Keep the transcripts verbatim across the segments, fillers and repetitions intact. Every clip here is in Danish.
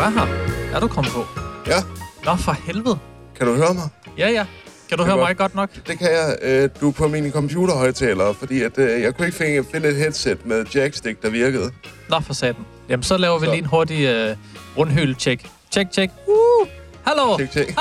er her. Er du kommet på? Ja. Nå, for helvede. Kan du høre mig? Ja, ja. Kan du høre mig godt nok? Det kan jeg. Du er på mine computerhøjtalere, fordi at, jeg kunne ikke finde, finde et headset med jackstick, der virkede. Nå, for satan. Jamen, så laver vi så. lige en hurtig uh, rundhylde-check. Check, check. Uh! Hallo! Check, check.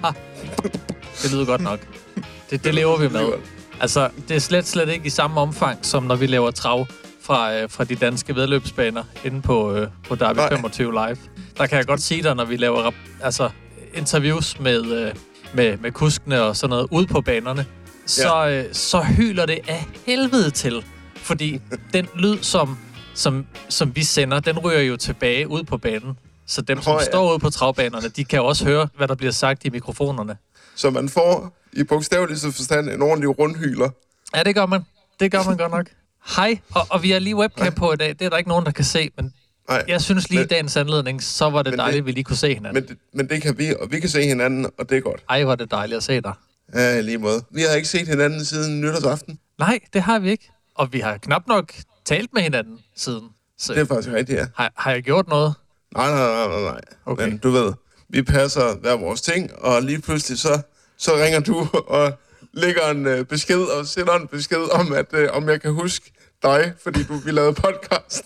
Det lyder godt nok. Det, det lever vi med. Altså, det er slet, slet ikke i samme omfang, som når vi laver trav fra, øh, fra de danske vedløbsbaner inde på, øh, på Derby femogtyve Live. Der kan jeg godt sige dig, når vi laver altså, interviews med, øh, med, med kuskene og sådan noget ude på banerne, så, ja. øh, så hyler det af helvede til. Fordi den lyd, som, som, som vi sender, den ryger jo tilbage ud på banen. Så dem, som oh, ja. står ude på travbanerne, de kan også høre, hvad der bliver sagt i mikrofonerne. Så man får i bogstaveligste forstand en ordentlig rundhyler. Ja, det gør man. Det gør man godt nok. Hej, og, og vi har lige webcam Nej. på i dag. Det er der ikke nogen, der kan se, men Nej. jeg synes lige men, i dagens anledning, så var det dejligt, at vi lige kunne se hinanden. Men det, men det kan vi, og vi kan se hinanden, og det er godt. Ej, hvor er det dejligt at se dig. Ja, lige måde. Vi har ikke set hinanden siden nytårsaften. Nej, det har vi ikke. Og vi har knap nok talt med hinanden siden. Så det er faktisk rigtigt, ja. Har, har jeg gjort noget? Nej, nej, nej, nej. Okay. Men du ved, vi passer hver vores ting, og lige pludselig så, så ringer du og lægger en øh, besked og sender en besked om, at øh, om jeg kan huske dig, fordi du vi lavede podcast.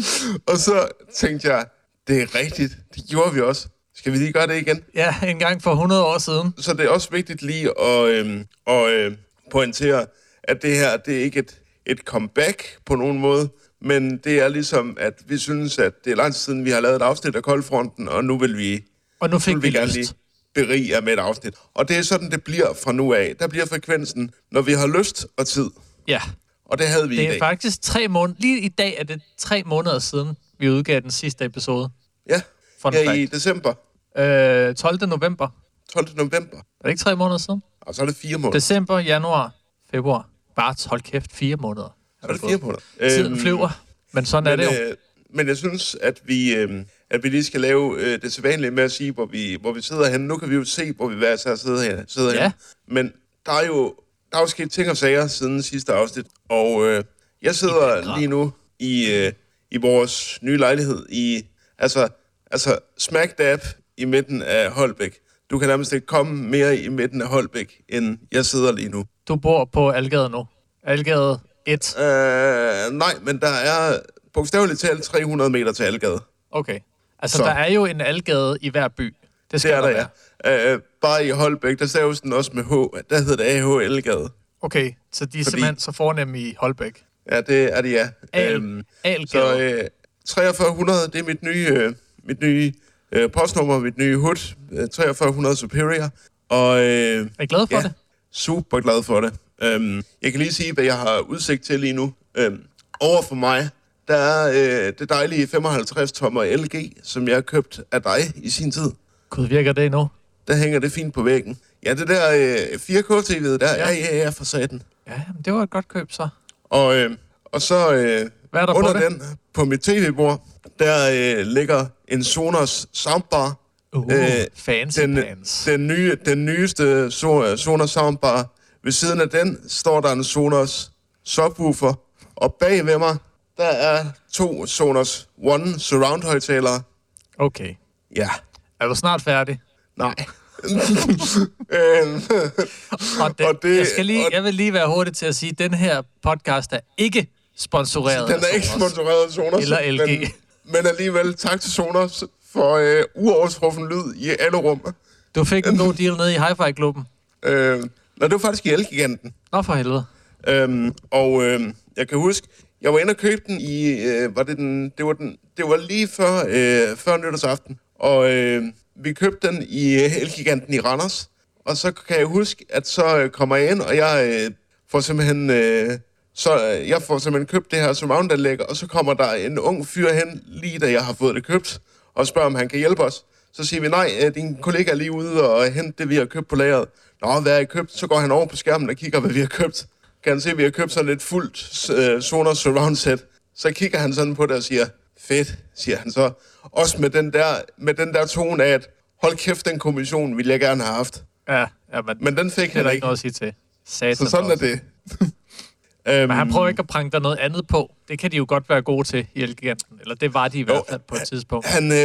Og så tænkte jeg, det er rigtigt. Det gjorde vi også. Skal vi lige gøre det igen? Ja, en gang for hundrede år siden. Så det er også vigtigt lige at, øh, at øh, pointere, at det her, det er ikke et, et comeback på nogen måde, men det er ligesom, at vi synes, at det er lang tid siden, vi har lavet et afsnit af Koldfronten, og nu vil vi, og nu fik nu vil vi, vi gerne lige berige jer med et afsnit. Og det er sådan, det bliver fra nu af. Der bliver frekvensen, når vi har lyst og tid. Ja. Og det havde vi det i dag. Det er faktisk tre måneder. Lige i dag er det tre måneder siden, vi udgav den sidste episode. Ja, ja i december. Øh, tolvte november. tolvte november. Er det ikke tre måneder siden? Og så er det fire måneder. December, januar, februar. Bare hold kæft, fire måneder. Så er det fire måneder. Tiden øhm, flyver, men sådan men, er det jo. Øh, men jeg synes, at vi, øh, at vi lige skal lave øh, det sædvanlige med at sige, hvor vi, hvor vi sidder henne. Nu kan vi jo se, hvor vi hver især sidder, her, sidder ja. henne. Men der er jo der er jo sket ting og sager siden sidste afsnit. Og øh, jeg sidder lige nu i, øh, i vores nye lejlighed i, altså, altså smack dab i midten af Holbæk. Du kan nærmest ikke komme mere i midten af Holbæk, end jeg sidder lige nu. Du bor på Algade nu? Algade et? Øh, nej, men der er bogstaveligt talt tre hundrede meter til Algade. Okay. Altså, så. Der er jo en Algade i hver by. Det skal det er der, der være. Ja. Øh, bare i Holbæk, der staves den også med H. Der hedder det A H Algade. Okay, så de er Fordi... simpelthen så fornemme i Holbæk. Ja, det er de, ja. Al- øhm, Algade. Så øh, treogfyrre hundrede, det er mit nye, øh, mit nye øh, postnummer, mit nye hood. Øh, treogfyrre hundrede Superior. Og, øh, er I glad for ja, det? Super glad for det. Øhm, jeg kan lige sige, hvad jeg har udsigt til lige nu. Øhm, over for mig, der er øh, det dejlige femoghalvtreds tommer L G, som jeg har købt af dig i sin tid. Gud, virker det nu? Der hænger det fint på væggen. Ja, det der øh, fire K-T V'et der, ja, ja, ja, for satan. Ja, men det var et godt køb, så. Og, øh, og så øh, hvad er der under på den, på mit tv-bord, der øh, ligger en Sonos soundbar. Uh, øh, fancy den, pants. Den, nye, den nyeste Sonos soundbar. Ved siden af den står der en Sonos subwoofer. Og bag ved mig, der er to Sonos One surround-højtalere. Okay. Ja. Er du snart færdig? Nej. og det, og det, jeg, skal lige, og, jeg vil lige være hurtig til at sige, at den her podcast er ikke sponsoreret den er ikke sponsoreret af Sonos. Eller L G. Men, men alligevel tak til Sonos for øh, uovertruffen lyd i alle rum. Du fik en god deal nede i Hi-Fi-klubben. Øh, nej, det var faktisk i Elgiganten. Nå, for helvede. Øhm, og øh, jeg kan huske, jeg var inde og købe den i, øh, var det den, det var den, det var lige før, øh, før nytårsaften. Og øh, vi købte den i Elgiganten i Randers. Og så kan jeg huske, at så øh, kommer jeg ind, og jeg øh, får simpelthen, øh, så øh, jeg får simpelthen købt det her surround-anlæg, og så kommer der en ung fyr hen, lige da jeg har fået det købt, og spørger, om han kan hjælpe os. Så siger vi, nej, øh, din kollega er lige ude og hente det, vi har købt på lageret. Nå, hvad har I købt? Så går han over på skærmen og kigger, hvad vi har købt. Kan han se, at vi har købt sådan et fuldt uh, Sonos surround set. Så kigger han sådan på det og siger, fedt, siger han så. Også med den der, med den der tone af, at hold kæft, den kommission ville jeg gerne have haft. Ja, ja men, men den fik han ikke. Det er ikke noget at sige til. Satan så sådan også. Er det. um, men han prøver ikke at prænge der noget andet på. Det kan de jo godt være gode til i Elgiganten. Eller det var de i hvert fald på et tidspunkt. Han, øh,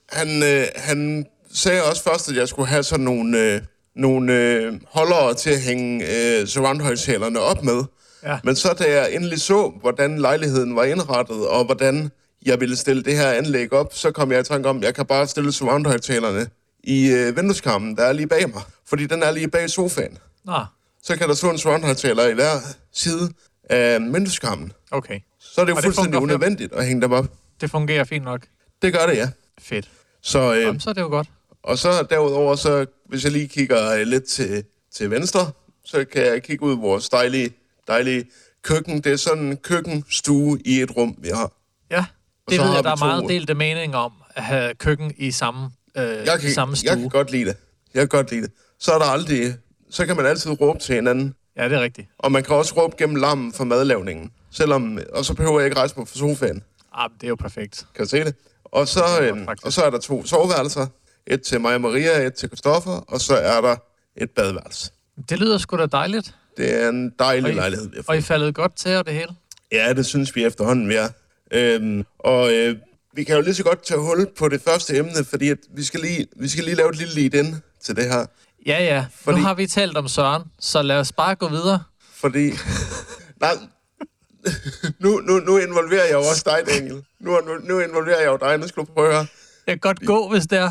han, øh, han sagde også først, at jeg skulle have sådan nogle, øh, nogle øh, holdere til at hænge øh, surround-højtalerne op med. Ja. Men så da jeg endelig så, hvordan lejligheden var indrettet, og hvordan jeg ville stille det her anlæg op, så kom jeg i tanke om, at jeg kan bare stille surround-højtalerne i øh, vindueskarmen, der er lige bag mig. Fordi den er lige bag sofaen. Nå. Så kan der stå en surround-højtaler i hver side af vindueskarmen. Okay. Så er det jo Og det fuldstændig fungerer unødvendigt at hænge dem op. Det fungerer fint nok. Det gør det, ja. Fedt. Så, øh, Jamen, så er det jo godt. og så derudover, så, hvis jeg lige kigger øh, lidt til, til venstre, så kan jeg kigge ud i vores dejlige, dejlige køkken. Det er sådan en køkkenstue i et rum, vi har. Ja, det så ved har jeg, der vi er to- meget delte mening om at have køkken i samme, øh, Jeg kan, i samme stue. jeg kan godt lide det. Jeg kan godt lide det. Så er der aldrig, så kan man altid råbe til hinanden. Ja, det er rigtigt. Og man kan også råbe gennem larmen for madlavningen. Selvom, og så behøver jeg ikke rejse mig fra sofaen. Ah, det er jo perfekt. Kan du se det? Og så, Det er øhm, faktisk. og så er der to soveværelser. Et til mig og Maria, et til Christoffer. Og så er der et badeværelse. Det lyder sgu da dejligt. Det er en dejlig Og I, lejlighed, vi har og fået. I faldet godt til og det hele. Ja, det synes vi efterhånden, vi er. Øhm, og øh, vi kan jo lige så godt tage hul på det første emne, fordi at vi, skal lige, vi skal lige lave et lille lead-in til det her. Ja, ja. Fordi- Nu har vi talt om Søren, så lad os bare gå videre. Fordi... Nej, nu, nu, nu involverer jeg jo også dig, Daniel. Nu, nu, nu involverer jeg jo dig, nu skal du prøve at høre. Jeg kan godt gå, hvis det er.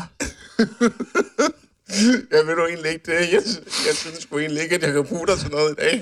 Jeg ved du egentlig ikke det. Jeg, jeg synes sgu egentlig ikke, at jeg kan bruge dig til noget i dag.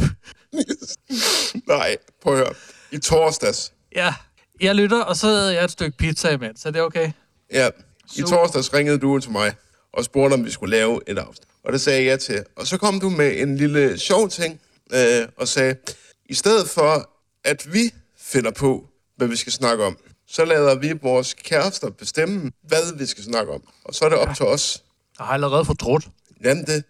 Nej, prøv at høre. I torsdags, Ja, jeg lytter, og så æder jeg et stykke pizza imens, så det er okay. ja, i Super. torsdags ringede du til mig og spurgte, om vi skulle lave et afsnit. Og det sagde jeg ja til. Og så kom du med en lille sjov ting øh, og sagde, i stedet for, at vi finder på, hvad vi skal snakke om, så lader vi vores kærester bestemme, hvad vi skal snakke om. Og så er det op ja. til os. Jeg har allerede fortrudt. Jamen det...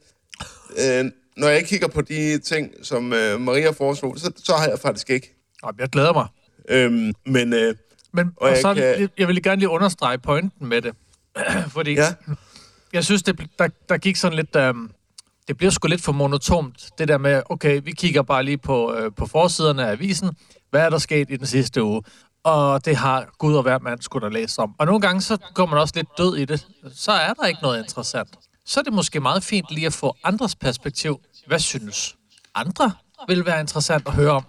Øh, når jeg kigger på de ting, som øh, Maria foreslog, så, så har jeg faktisk ikke. Jamen, jeg glæder mig. Øhm, men øh, Men Og og jeg så, kan- jeg vil gerne lige understrege pointen med det. Fordi ja, jeg synes, det, der, der gik sådan lidt... Um, det bliver sgu lidt for monotont, det der med, okay, vi kigger bare lige på, øh, på forsiderne af avisen. Hvad er der sket i den sidste uge? Og det har Gud og hver mand skulle da læse om. Og nogle gange, så går man også lidt død i det. Så er der ikke noget interessant. Så er det måske meget fint lige at få andres perspektiv. Hvad synes andre vil være interessant at høre om?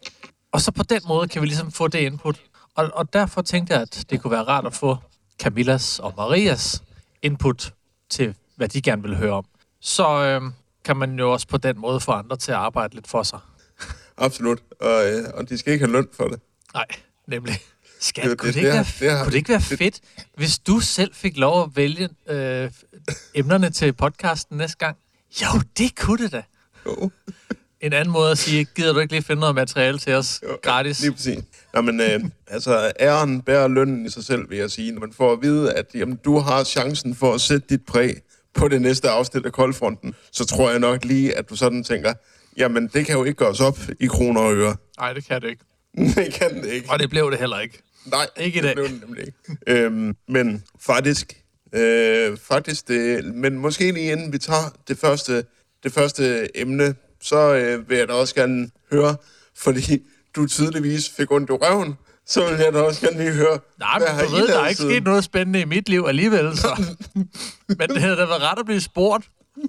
Og så på den måde kan vi ligesom få det input. Og, og derfor tænkte jeg, at det kunne være rart at få Camillas og Marias input til, hvad de gerne vil høre om. Så øh, kan man jo også på den måde få andre til at arbejde lidt for sig. absolut. Og, øh, og de skal ikke have løn for det. Nej, nemlig. Skat, Det- det- kunne, det, det ikke har- være, det har- kunne det ikke være fedt, hvis du selv fik lov at vælge øh, emnerne til podcasten næste gang? Jo, det kunne det da. Jo. En anden måde at sige, gider du ikke lige finde noget materiale til os Jo, gratis? Lige præcis. Nå, men øh, altså, æren bærer lønnen i sig selv, vil jeg sige. Når man får at vide, at jamen, du har chancen for at sætte dit præg på det næste afsnit af Koldfronten, så tror jeg nok lige, at du sådan tænker, jamen, det kan jo ikke gøres op i kroner og øre. Nej, det kan det ikke. Det kan det ikke. Og det blev det heller ikke. Nej, Ikke i det dag. blev det nemlig ikke. øhm, men faktisk, øh, faktisk det, men måske lige inden vi tager det første, det første emne, så øh, vil jeg da også gerne høre, fordi du tydeligvis fik ondt i røven, så vil jeg da også gerne lige høre, Nej, hvad men har du I ved, der er lavet ikke siden? sket noget spændende i mit liv alligevel, så. Men det havde da været ret at blive spurgt.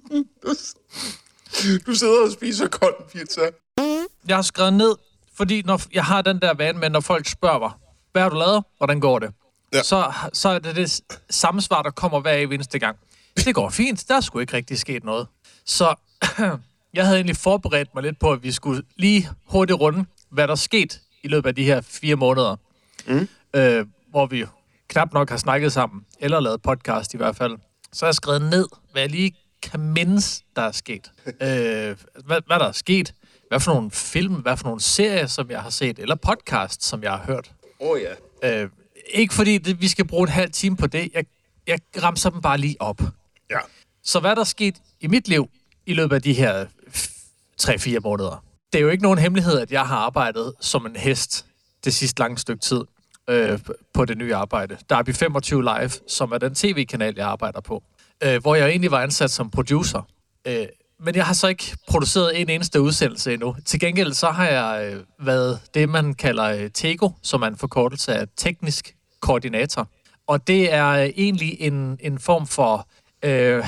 Du sidder og spiser kold pizza. Jeg har skrevet ned, fordi når jeg har den der vane med, når folk spørger mig, hvad har du lavet? Hvordan går det? Ja. Så, så er det det samme svar, der kommer hver eneste gang. Det går fint, der er sgu ikke rigtig sket noget. Så jeg havde egentlig forberedt mig lidt på, at vi skulle lige hurtigt runde, hvad der er sket i løbet af de her fire måneder. Mm. Øh, hvor vi knap nok har snakket sammen, eller lavet podcast i hvert fald. Så har jeg skrevet ned, hvad jeg lige kan mindes, der er sket. øh, hvad, hvad der er sket. Hvad for nogle film, hvad for nogle serier, som jeg har set, eller podcast, som jeg har hørt. Åh oh, ja. Øh, ikke fordi det, vi skal bruge en halv time på det. Jeg, jeg ramser dem bare lige op. Ja. Så hvad der er sket i mit liv i løbet af de her tre fire måneder? Det er jo ikke nogen hemmelighed, at jeg har arbejdet som en hest det sidste lange stykke tid øh, på det nye arbejde. Derby femogtyve Live, som er den tv-kanal, jeg arbejder på. Øh, hvor jeg egentlig var ansat som producer. Øh, men jeg har så ikke produceret en eneste udsendelse endnu. Til gengæld så har jeg øh, været det, man kalder øh, TEGO, som er en forkortelse af teknisk koordinator. og det er egentlig en, en form for... Øh,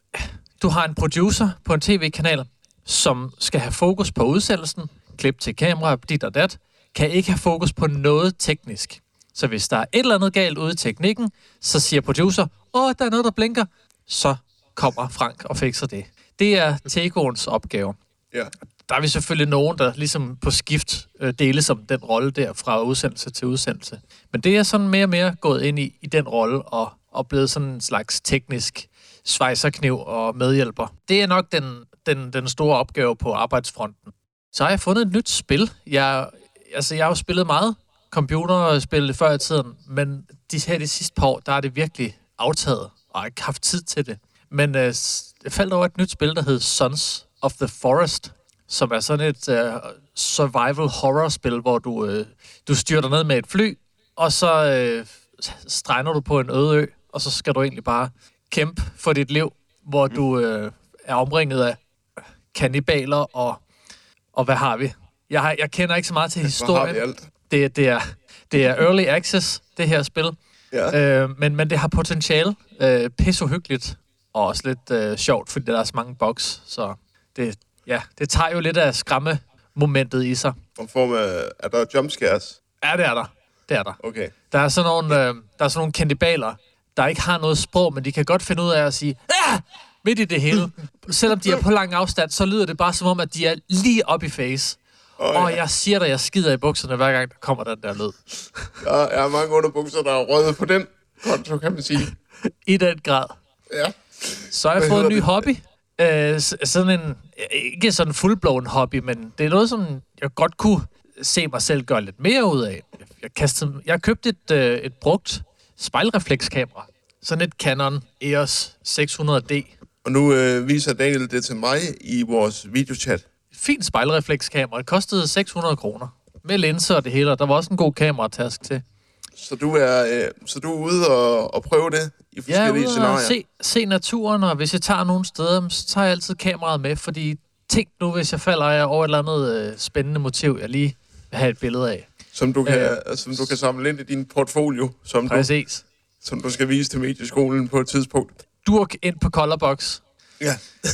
du har en producer på en tv-kanal, som skal have fokus på udsendelsen, klip til kamera, dit og dat, kan ikke have fokus på noget teknisk. Så hvis der er et eller andet galt ude i teknikken, så siger producer, åh, der er noget, der blinker, så kommer Frank og fikser det. Det er Tegoens opgave. Ja. Der er vi selvfølgelig nogen, der ligesom på skift øh, deles om den rolle der fra udsendelse til udsendelse. Men det er sådan mere og mere gået ind i, i den rolle og, og blevet sådan en slags teknisk svejserkniv og medhjælper. Det er nok den, den, den store opgave på arbejdsfronten. Så har jeg fundet et nyt spil. Jeg, altså, jeg har jo spillet meget computerspil før i tiden, men de her de sidste par år, der er det virkelig aftaget, og jeg har ikke haft tid til det. Men øh, jeg faldt over et nyt spil, der hedder Sons of the Forest, som er sådan et øh, survival horror-spil, hvor du, øh, du styrer dig ned med et fly, og så øh, stregner du på en øde ø, og så skal du egentlig bare kæmpe for dit liv, hvor mm. du øh, er omringet af kannibaler, og, og hvad har vi? Jeg, har, jeg kender ikke så meget til historien. Det, det, er, det er early access, det her spil. Ja. Øh, men, men det har potentiale. Øh, pisseuhyggeligt. Og også lidt øh, sjovt, fordi der er så mange bugs. Så det, ja, det tager jo lidt af skræmmemomentet i sig. Om form af, er der jumpscares? Ja, det er der. Det er der. Okay. Der er sådan nogle, øh, der er sådan nogle kannibaler, der ikke har noget sprog, men de kan godt finde ud af at sige, ah! Midt i det hele. Selvom de er på lang afstand, så lyder det bare som om, at de er lige op i face. Oh, ja. Og jeg siger dig, jeg skider i bukserne, hver gang der kommer den der lyd. Ja, jeg har mange underbukser, der er røget på den konto, kan man sige. I den grad. Ja. Så har jeg Hvad fået en ny det? hobby. Øh, sådan en, ikke sådan en fuldblåen hobby, men det er noget, som jeg godt kunne se mig selv gøre lidt mere ud af. Jeg, kastede, jeg købte et, øh, et brugt spejlreflekskamera. Sådan et Canon E O S seks hundrede D. Og nu øh, viser Daniel det til mig i vores videochat. Fint spejlreflekskamera. Det kostede seks hundrede kroner. Med linser og det hele, og der var også en god kameratask til. Så du er, øh, så du er ude og, og prøve det i forskellige ja, scenarier? Ja, se, se naturen, og hvis jeg tager nogle steder, så tager jeg altid kameraet med, fordi tænk nu, hvis jeg falder over et eller andet øh, spændende motiv, jeg lige vil have et billede af. Som du kan, øh, som du kan samle ind i din portfolio, som du, som du skal vise til medieskolen på et tidspunkt. Durk ind på Colorbox. Ja.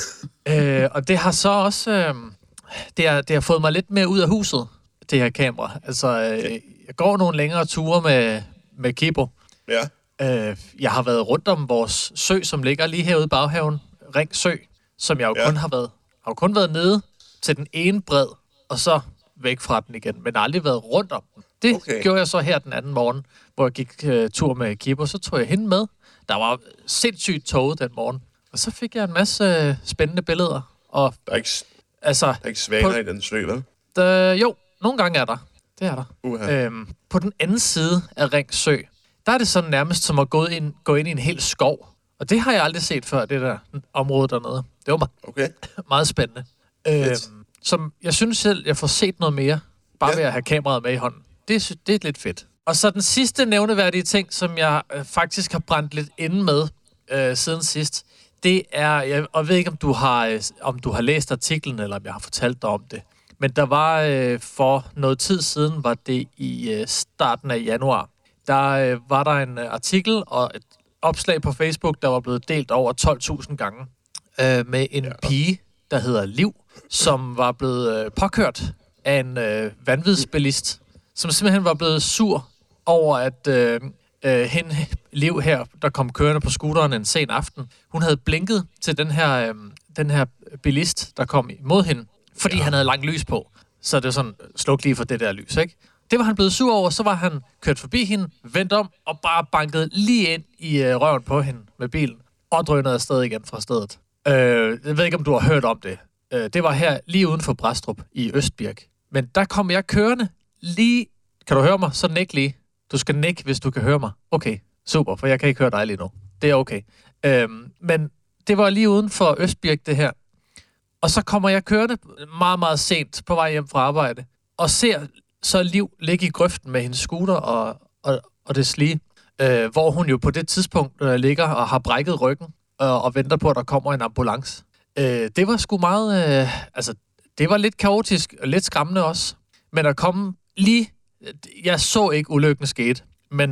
øh, og det har så også... Øh, det, har, det har fået mig lidt mere ud af huset, det her kamera. Altså, øh, jeg går nogle længere ture med, med Kibo. Ja. Øh, jeg har været rundt om vores sø, som ligger lige herude i baghaven. Ring Sø, som jeg jo ja. kun har været... Har jo kun været nede til den ene bred, og så væk fra den igen, men aldrig været rundt om den. Det okay. gjorde jeg så her den anden morgen, hvor jeg gik uh, tur med Kibo, så tog jeg hende med. Der var sindssygt toget den morgen. Og så fik jeg en masse uh, spændende billeder. Og, der er ikke, altså, der er ikke svaner på, i den sø, vel? Der, jo, nogle gange er der. Det er der. Uh-huh. Øhm, på den anden side af Ring Sø, der er det sådan nærmest som at gå ind, gå ind i en hel skov. Og det har jeg aldrig set før, det der område dernede. Det var okay. meget spændende. Øhm, som jeg synes selv, jeg får set noget mere, bare ja. ved at have kameraet med i hånden. Det, det er lidt fedt. Og så den sidste nævneværdige ting, som jeg øh, faktisk har brændt lidt inde med øh, siden sidst, det er, jeg, og jeg ved ikke, om du, har, øh, om du har læst artiklen, eller om jeg har fortalt dig om det, men der var øh, for noget tid siden, var det i øh, starten af januar, der øh, var der en øh, artikel og et opslag på Facebook, der var blevet delt over tolv tusind gange, øh, med en ja. pige, der hedder Liv, som var blevet øh, påkørt af en øh, vanvidsbilist, som simpelthen var blevet sur over, at øh, øh, hende, Liv her, der kom kørende på scooteren en sen aften, hun havde blinket til den her, øh, den her bilist, der kom imod hende, fordi ja. han havde langt lys på. Så det var sådan, sluk lige for det der lys, ikke? Det var han blevet sur over, så var han kørt forbi hende, vendt om og bare banket lige ind i øh, røven på hende med bilen, og drønede afsted igen fra stedet. Øh, jeg ved ikke, om du har hørt om det. Øh, det var her lige uden for Brædstrup i Østbirk. Men der kom jeg kørende lige... Kan du høre mig? Så nik lige. Du skal nikke, hvis du kan høre mig. Okay, super, for jeg kan ikke høre dig lige nu. Det er okay. Øh, men det var lige uden for Østbirk, det her. Og så kommer jeg kørende meget, meget sent på vej hjem fra arbejde, og ser så Liv ligge i grøften med hendes scooter og, og, og det slige, øh, hvor hun jo på det tidspunkt øh, ligger og har brækket ryggen øh, og venter på, at der kommer en ambulance. Øh, det var sgu meget... Øh, altså, det var lidt kaotisk og lidt skræmmende også. Men at komme lige... Jeg så ikke ulykken skete, men det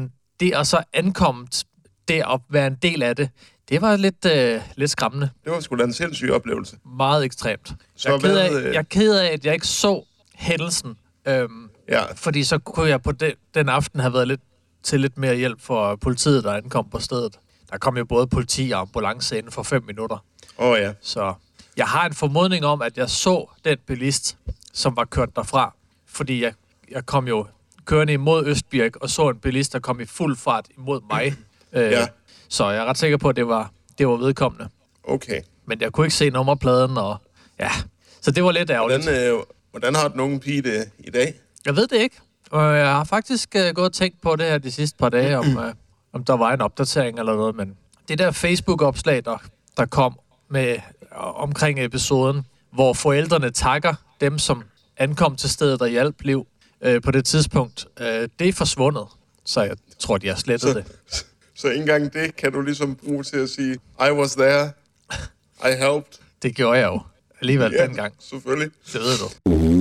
det at så ankomme det at være en del af det, det var lidt, øh, lidt skræmmende. Det var sgu da en sindssyg oplevelse. Meget ekstremt. Så jeg, er ked af, hvad, øh... jeg er ked af, at jeg ikke så hændelsen. Øhm, ja. Fordi så kunne jeg på den, den aften have været lidt til lidt mere hjælp for politiet, der ankom på stedet. Der kom jo både politi og ambulance inden for fem minutter. Åh oh, ja. Så jeg har en formodning om, at jeg så den bilist, som var kørt derfra. Fordi jeg, jeg kom jo kørende imod Østbirk og så en bilist, der kom i fuld fart imod mig. øh, ja. Så jeg er ret sikker på, at det var, det var vedkommende. Okay. Men jeg kunne ikke se nummerpladen, og ja. Så det var lidt ærgerligt. Hvordan, øh, hvordan har den unge pige det i dag? Jeg ved det ikke. Og jeg har faktisk øh, gået og tænkt på det her de sidste par dage, om, øh, om der var en opdatering eller noget, men det der Facebook-opslag, der, der kom med øh, omkring episoden, hvor forældrene takker dem, som ankom til stedet og hjalp Liv øh, på det tidspunkt, øh, det er forsvundet. Så jeg tror, de har slettet så, det. Så, så ikke engang det kan du ligesom bruge til at sige, I was there, I helped. Det gjorde jeg jo alligevel ja, dengang. Selvfølgelig. Det ved du.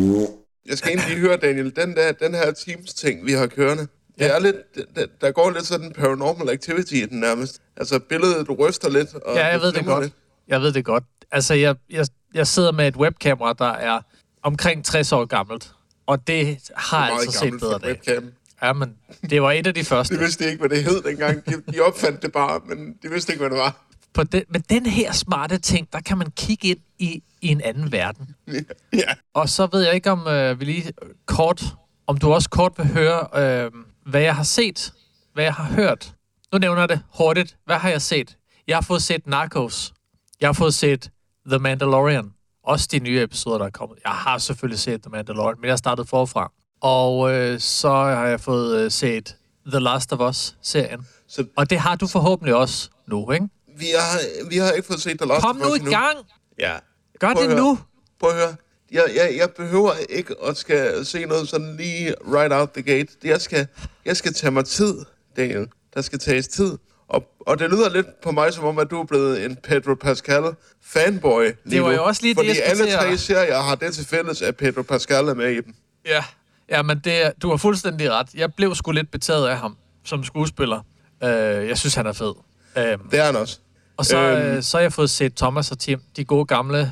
Jeg skal egentlig høre, Daniel, den, der, den her Teams-ting, vi har kørende, ja. det er lidt, der, der går lidt sådan paranormal activity i den nærmest. Altså billedet, du ryster lidt. Og ja, jeg ved det godt. Lidt. Jeg ved det godt. Altså, jeg, jeg, jeg sidder med et webkamera, der er omkring tres år gammelt. Og det har det altså set bedre dag. Ja, men det var et af de første. De vidste ikke, hvad det hed dengang. De, de opfandt det bare, men de vidste ikke, hvad det var. På den, med den her smarte ting, der kan man kigge ind i, i en anden verden. Ja. ja. Og så ved jeg ikke, om øh, vi lige kort, om du også kort vil høre, øh, hvad jeg har set, hvad jeg har hørt. Nu nævner jeg det hurtigt. Hvad har jeg set? Jeg har fået set Narcos. Jeg har fået set The Mandalorian. Også de nye episoder, der er kommet. Jeg har selvfølgelig set The Mandalorian, men jeg startede forfra. Og øh, så har jeg fået øh, set The Last of Us-serien. Så... Og det har du forhåbentlig også nu, ikke? Vi har, vi har ikke fået set The Last Kom of Us nu i gang! Ja. Gør det nu! Prøv at høre. Jeg, jeg, jeg behøver ikke at skal se noget sådan lige right out the gate. Jeg skal, jeg skal tage mig tid, Daniel. Der skal tages tid. Og, og det lyder lidt på mig, som om, at du er blevet en Pedro Pascal fanboy. Det var jo også lige fordi det, jeg alle skulle tre serier har det til fælles, at Pedro Pascal er med i dem. Ja, ja men det, du har fuldstændig ret. Jeg blev sgu lidt betaget af ham som skuespiller. Uh, jeg synes, han er fed. Uh, det er han også. Og så, øhm. uh, så har jeg fået set Thomas og Tim, de gode gamle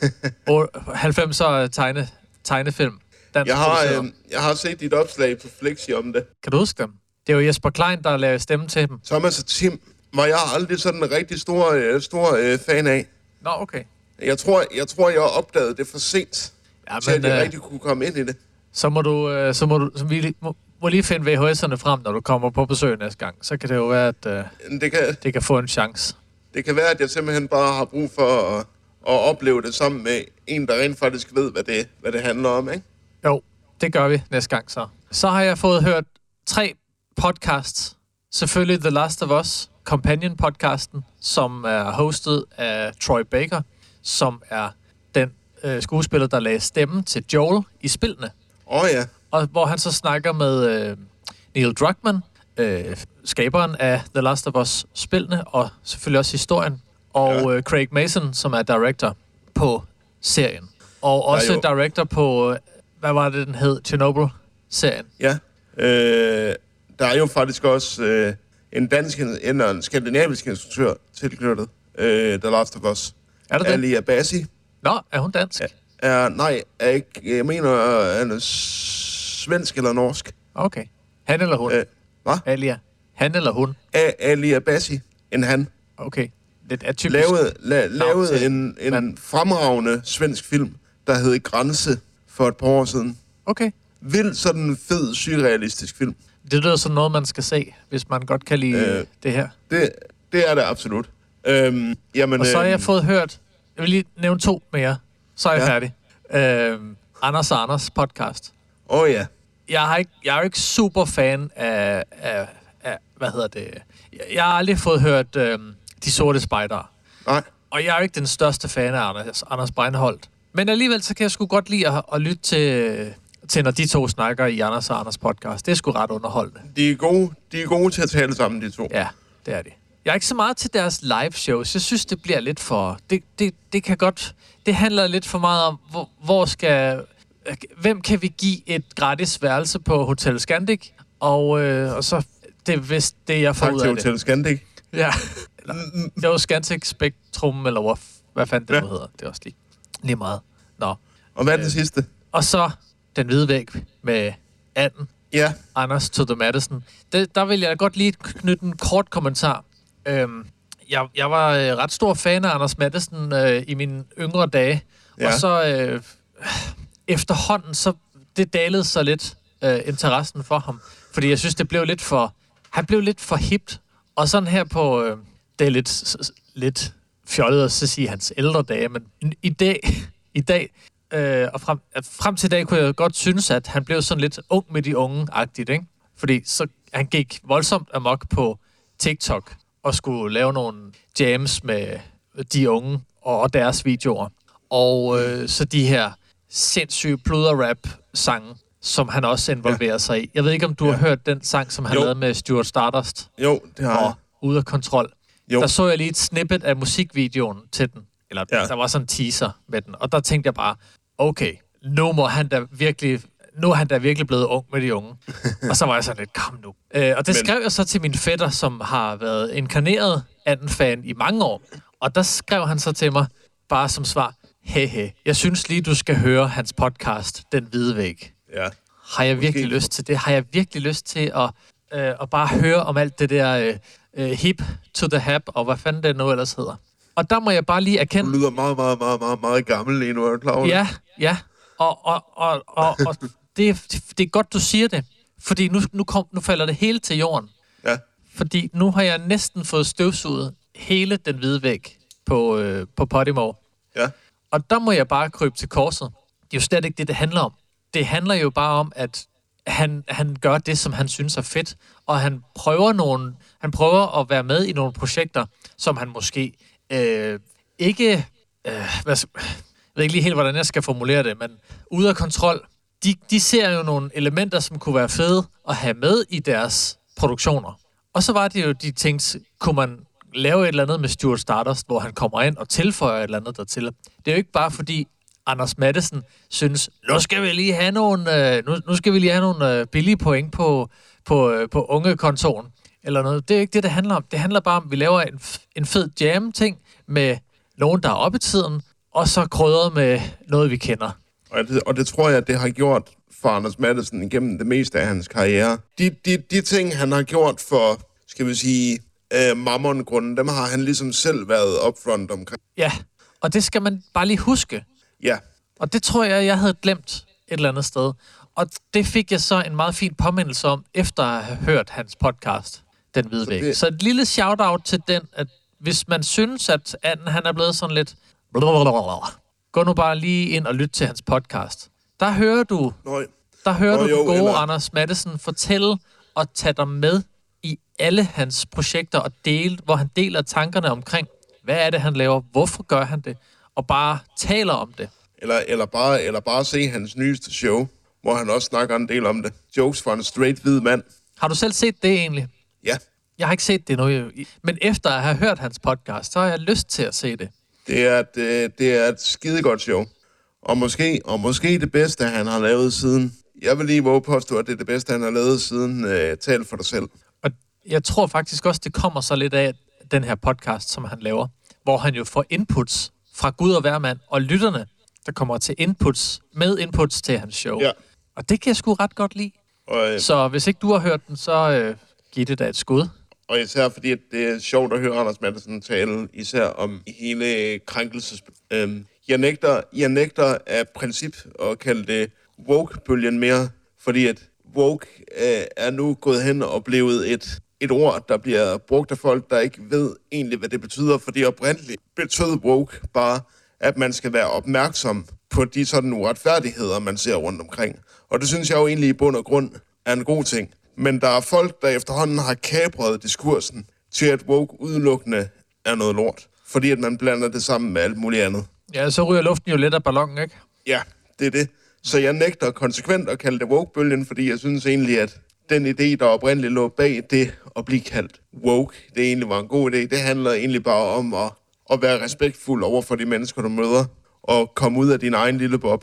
halvfemser tegne, tegnefilm. Jeg har, øh, jeg har set dit opslag på Flexi om det. Kan du huske dem? Det er jo Jesper Klein, der lavede stemme til dem. Thomas og Tim var jeg aldrig sådan en rigtig stor, øh, stor øh, fan af. Nå, okay. Jeg tror, jeg, tror, jeg opdagede det for sent, ja, til men, at jeg øh, rigtig kunne komme ind i det. Så må du, øh, så må du så vi må, må lige finde V H S'erne frem, når du kommer på besøg næste gang. Så kan det jo være, at øh, det, kan, det kan få en chance. Det kan være, at jeg simpelthen bare har brug for at, at opleve det sammen med en, der rent faktisk ved, hvad det, hvad det handler om, ikke? Jo, det gør vi næste gang så. Så har jeg fået hørt tre podcasts. Selvfølgelig The Last of Us, Companion-podcasten, som er hostet af Troy Baker, som er den øh, skuespiller, der lagde stemmen til Joel i spillene. Åh oh, ja. Og hvor han så snakker med øh, Neil Druckmann, øh, skaberen af The Last of Us-spillene, og selvfølgelig også historien, og ja. øh, Craig Mason, som er director på serien. Og også jo... director på, øh, hvad var det, den hed? Chernobyl-serien. Ja. Øh, der er jo faktisk også øh, en dansk eller en skandinavisk instruktør tilknyttet øh, The Last of Us. Er det det? Ali Abassi. Nå, er hun dansk? Er, er, nej, er ikke, jeg mener, han er svensk eller norsk. Okay. Han eller hun? Øh, hvad? Alia. Han eller hun? A- Ali Abassi. En han. Okay. Det er typisk. Lavede, la, lavede en, en fremragende svensk film, der hed Grænse for et par år siden. Okay. Vildt sådan fed, surrealistisk film. Det lyder sådan noget, man skal se, hvis man godt kan lide øh, det her. Det, det er det absolut. Øhm, jamen, og så har jeg øhm, fået hørt, jeg vil lige nævne to mere, så er jeg ja. færdig. Øhm, Anders og Anders podcast. Åh oh, ja. Jeg, har ikke, jeg er jo ikke super fan af, af, af, hvad hedder det, jeg, jeg har aldrig fået hørt øhm, De Sorte Spejdere. Nej. Og jeg er jo ikke den største fan af Anders, Anders Breinholt. Men alligevel, så kan jeg sgu godt lide at, at lytte til, til, når de to snakker i Anders og Anders podcast. Det er sgu ret underholdende. De er gode, de er gode til at tale sammen, de to. Ja, det er de. Jeg er ikke så meget til deres live shows. Jeg synes, det bliver lidt for... Det, det, det kan godt... Det handler lidt for meget om, hvor, hvor skal... Hvem kan vi give et gratis værelse på Hotel Scandic? Og, øh, og så det er vist det, jeg får Tak ud til af det. Hotel Scandic. Ja. Eller, det var Scandic Spectrum, eller hvad, hvad fanden det ja. nu hedder. Det er også lige, lige meget. Nå. Og hvad er det øh, sidste? Og så Den Hvide Væg med Anden. Ja. Anders to the Madison. Det, der vil jeg godt lige knytte en kort kommentar. Øhm, jeg, jeg var øh, ret stor fan af Anders Madison øh, i mine yngre dage. Ja. Og så øh, efterhånden, så det dalede så lidt øh, interessen for ham. Fordi jeg synes, det blev lidt for... Han blev lidt for hipt. Og sådan her på... Øh, det er lidt, lidt fjollet at sige hans ældre dage, men i dag... I dag Øh, og frem, frem til i dag kunne jeg godt synes, at han blev sådan lidt ung med de unge-agtigt, ikke? Fordi så, han gik voldsomt amok på TikTok og skulle lave nogle jams med de unge og, og deres videoer. Og øh, så de her sindssyge pluder-rap-sange, som han også involverer ja. sig i. Jeg ved ikke, om du ja. har hørt den sang, som han jo. lavede med Stuart Stardust? Jo, det har og jeg. Ude af kontrol. Jo. Der så jeg lige et snippet af musikvideoen til den. Eller ja. der var sådan en teaser med den. Og der tænkte jeg bare, okay, nu må han da virkelig, nu er han da virkelig blevet ung med de unge. Og så var jeg sådan lidt, kom nu. Øh, og det Men... skrev jeg så til min fætter, som har været inkarneret Anden-fan i mange år. Og der skrev han så til mig, bare som svar, hey, hey, jeg synes lige, du skal høre hans podcast, Den Hvide Væg. Ja. Har jeg virkelig Måske. lyst til det? Har jeg virkelig lyst til at, øh, at bare høre om alt det der øh, øh, hip to the hap, og hvad fanden det nu ellers hedder? Og der må jeg bare lige erkende... Du lyder meget, meget, meget, meget, meget gammel lige nu, er du klar over det? Ja, ja. Og, og, og, og, og det, det er godt, du siger det. Fordi nu, nu, kom, nu falder det hele til jorden. Ja. Fordi nu har jeg næsten fået støvsuget hele Den Hvide Væg på, øh, på Podimo. Ja. Og der må jeg bare krybe til korset. Det er jo slet ikke det, det handler om. Det handler jo bare om, at han, han gør det, som han synes er fedt. Og han prøver, nogle, han prøver at være med i nogle projekter, som han måske... Øh, ikke, øh, hvad, jeg ved ikke lige helt, hvordan jeg skal formulere det, men Ude af Kontrol, de, de ser jo nogle elementer, som kunne være fede at have med i deres produktioner. Og så var det jo, de tænkte, kunne man lave et eller andet med Stuart Stardust, hvor han kommer ind og tilføjer et eller andet dertil. Det er jo ikke bare fordi Anders Madison synes, nu skal vi lige have nogle, øh, nu, nu skal vi lige have nogle øh, billige point på, på, øh, på ungekontoren. Eller noget. Det er ikke det, det handler om. Det handler bare om, at vi laver en, en fed jam-ting med nogen, der er oppe i tiden, og så krydret med noget, vi kender. Og det, og det tror jeg, det har gjort for Anders Madison igennem det meste af hans karriere. De, de, de ting, han har gjort for, skal vi sige, øh, Mammon-grunden, dem har han ligesom selv været upfront omkring. Ja, og det skal man bare lige huske. Ja. Og det tror jeg, jeg havde glemt et eller andet sted. Og det fik jeg så en meget fin påmindelse om, efter at have hørt hans podcast, Den Hvide Væg. Så, det... så et lille shout-out til den, at hvis man synes, at Anden, han er blevet sådan lidt... Gå nu bare lige ind og lyt til hans podcast. Der hører du, Nøj. der hører Nøj, du jo, gode eller... Anders Madison fortælle og tage dig med i alle hans projekter og dele, hvor han deler tankerne omkring, hvad er det, han laver, hvorfor gør han det, og bare taler om det. Eller, eller, bare, eller bare se hans nyeste show, hvor han også snakker en del om det. Jokes for en straight hvid mand. Har du selv set det egentlig? Ja. Jeg har ikke set det endnu, men efter at have hørt hans podcast, så har jeg lyst til at se det. Det er et, det er et skidegodt show. Og måske, og måske det bedste, han har lavet siden... Jeg vil lige våge påstå, at det er det bedste, han har lavet siden uh, Tal for dig selv. Og jeg tror faktisk også, det kommer så lidt af den her podcast, som han laver, hvor han jo får inputs fra Gud og hvermand, og lytterne, der kommer til inputs, med inputs til hans show. Ja. Og det kan jeg sgu ret godt lide. Og, øh, så hvis ikke du har hørt den, så øh, giv det da et skud. Og især fordi, at det er sjovt at høre Anders Madsen tale, især om hele krænkelses... Øhm, jeg, nægter, jeg nægter af princip at kalde det woke-bølgen mere, fordi at woke øh, er nu gået hen og blevet et, et ord, der bliver brugt af folk, der ikke ved egentlig, hvad det betyder, fordi oprindeligt betød woke bare, at man skal være opmærksom på de sådan uretfærdigheder, man ser rundt omkring. Og det synes jeg jo egentlig i bund og grund er en god ting. Men der er folk, der efterhånden har kapret diskursen til, at woke udelukkende er noget lort. Fordi at man blander det sammen med alt muligt andet. Ja, så ryger luften jo lidt af ballonen, ikke? Ja, det er det. Så jeg nægter konsekvent at kalde det woke-bølgen, fordi jeg synes egentlig, at den idé, der oprindeligt lå bag det at blive kaldt woke, det egentlig var en god idé. Det handler egentlig bare om at, at være respektfuld over for de mennesker, du møder, og komme ud af din egen lille boble,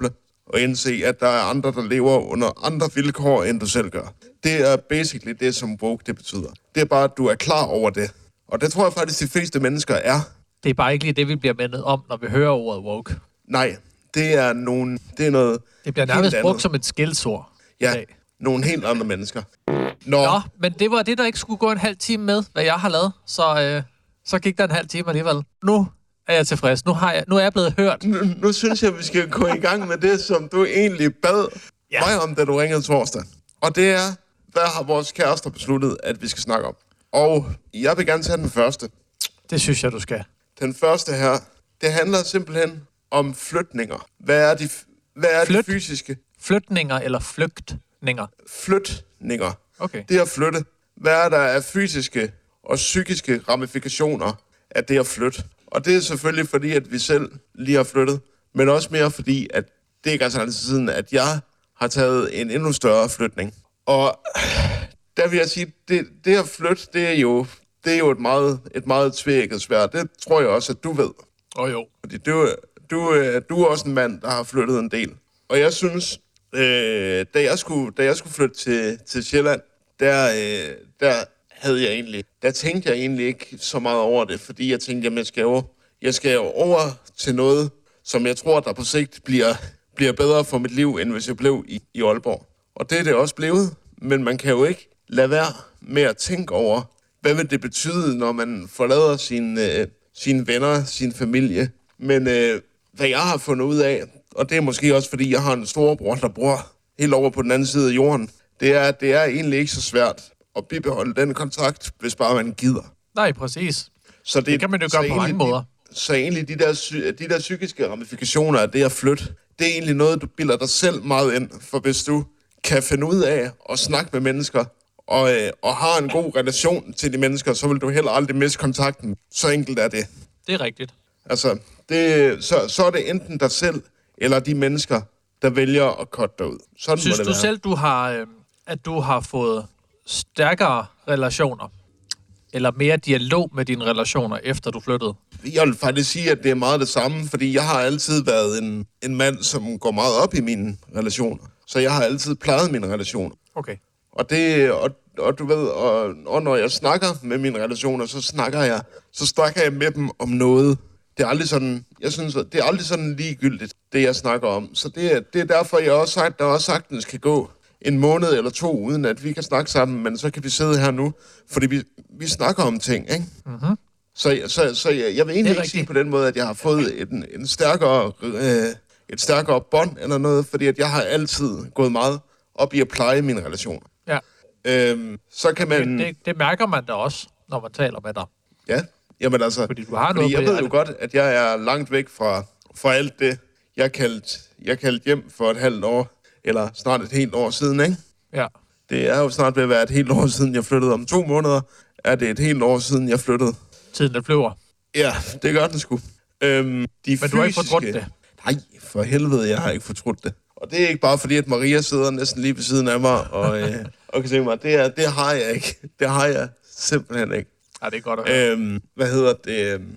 og indse, at der er andre, der lever under andre vilkår, end du selv gør. Det er basically det, som woke det betyder. Det er bare, at du er klar over det. Og det tror jeg faktisk, de fleste mennesker er. Det er bare ikke lige det, vi bliver mindet om, når vi hører ordet woke. Nej, det er nogen, det er noget Det bliver nærmest brugt som et skældsord. Ja, nogle helt andre mennesker. Nå. Nå, men det var det, der ikke skulle gå en halv time med, hvad jeg har lavet. Så, øh, så gik der en halv time alligevel. Nu er jeg tilfreds. Nu, har jeg, nu er jeg blevet hørt. Nu, nu synes jeg, vi skal gå i gang med det, som du egentlig bad ja. mig om, da du ringede torsdag. Og det er, hvad har vores kærester besluttet, at vi skal snakke om. Og jeg vil gerne tage den første. Det synes jeg, du skal. Den første her, det handler simpelthen om flytninger. Hvad er de, hvad er Flyt. de fysiske? Flytninger eller flygtninger? Flytninger. Okay. Det at flytte. Hvad er der af fysiske og psykiske ramifikationer af det at flytte? Og det er selvfølgelig fordi, at vi selv lige har flyttet, men også mere fordi, at det er ikke altså altid siden, at jeg har taget en endnu større flytning. Og der vil jeg sige, det, det at flytte, det er jo, det er jo et meget, et meget tvækket svært. Det tror jeg også, at du ved. Åh oh, jo. Fordi du, du, du er også en mand, der har flyttet en del. Og jeg synes, øh, da, jeg skulle, da jeg skulle flytte til, til Sjælland, der, øh, der havde jeg egentlig, der tænkte jeg egentlig ikke så meget over det, fordi jeg tænkte, jamen jeg skal jo, jeg skal jo over til noget, som jeg tror, der på sigt bliver, bliver bedre for mit liv, end hvis jeg blev i, i Aalborg. Og det er det også blevet, men man kan jo ikke lade være med at tænke over, hvad vil det betyde, når man forlader sine, øh, sine venner, sin familie. Men øh, hvad jeg har fundet ud af, og det er måske også fordi, jeg har en storebror, der bor helt over på den anden side af jorden, det er, det er egentlig ikke så svært at bibeholde den kontakt, hvis bare man gider. Nej, præcis. Så det, det kan man jo gøre på mange måder. De, så egentlig de der, de der psykiske ramifikationer af det at flytte, det er egentlig noget, du bilder dig selv meget ind. For hvis du kan finde ud af at snakke med mennesker, og, øh, og har en god relation til de mennesker, så vil du heller aldrig miste kontakten. Så enkelt er det. Det er rigtigt. Altså, det, så, så er det enten dig selv, eller de mennesker, der vælger at cutte dig ud. Sådan Synes må det du være. selv, du har, øh, at du har fået stærkere relationer? Eller mere dialog med dine relationer, efter du flyttede? Jeg vil faktisk sige, at det er meget det samme, fordi jeg har altid været en, en mand, som går meget op i mine relationer. Så jeg har altid plejet mine relationer. Okay. Og det, og, og du ved, og, og når jeg snakker med mine relationer, så snakker jeg, så snakker jeg med dem om noget. Det er aldrig sådan, jeg synes, det er aldrig sådan ligegyldigt, det jeg snakker om. Så det er, det er derfor, jeg også sagt, der også sagtens kan gå en måned eller to, uden at vi kan snakke sammen, men så kan vi sidde her nu, fordi vi, vi snakker om ting, ikke? Mm-hmm. Så, så, så jeg, jeg vil egentlig ikke sige på den måde, at jeg har fået en, en stærkere, øh, et stærkere bånd eller noget, fordi at jeg har altid gået meget op i at pleje mine relationer. Ja. Øhm, så kan man... Det, det, det mærker man da også, når man taler med dig. Ja, jamen altså... Fordi du har fordi noget jeg ved jo det. godt, at jeg er langt væk fra, fra alt det, jeg kaldte, jeg kaldte hjem for et halvt år, eller snart et helt år siden, ikke? Ja. Det er jo snart ved at være et helt år siden, jeg flyttede. Om to måneder er det et helt år siden, jeg flyttede. Tiden den flyver. Ja, det gør den sgu. Øhm, de Men fysiske... du har ikke fortrudt det? Nej, for helvede, jeg har ikke fortrudt det. Og det er ikke bare fordi, at Maria sidder næsten lige ved siden af mig, og, øh, og kan se mig. Det, er, det har jeg ikke. Det har jeg simpelthen ikke. Ja, det er godt at høre. Øhm, hvad hedder det? Øhm,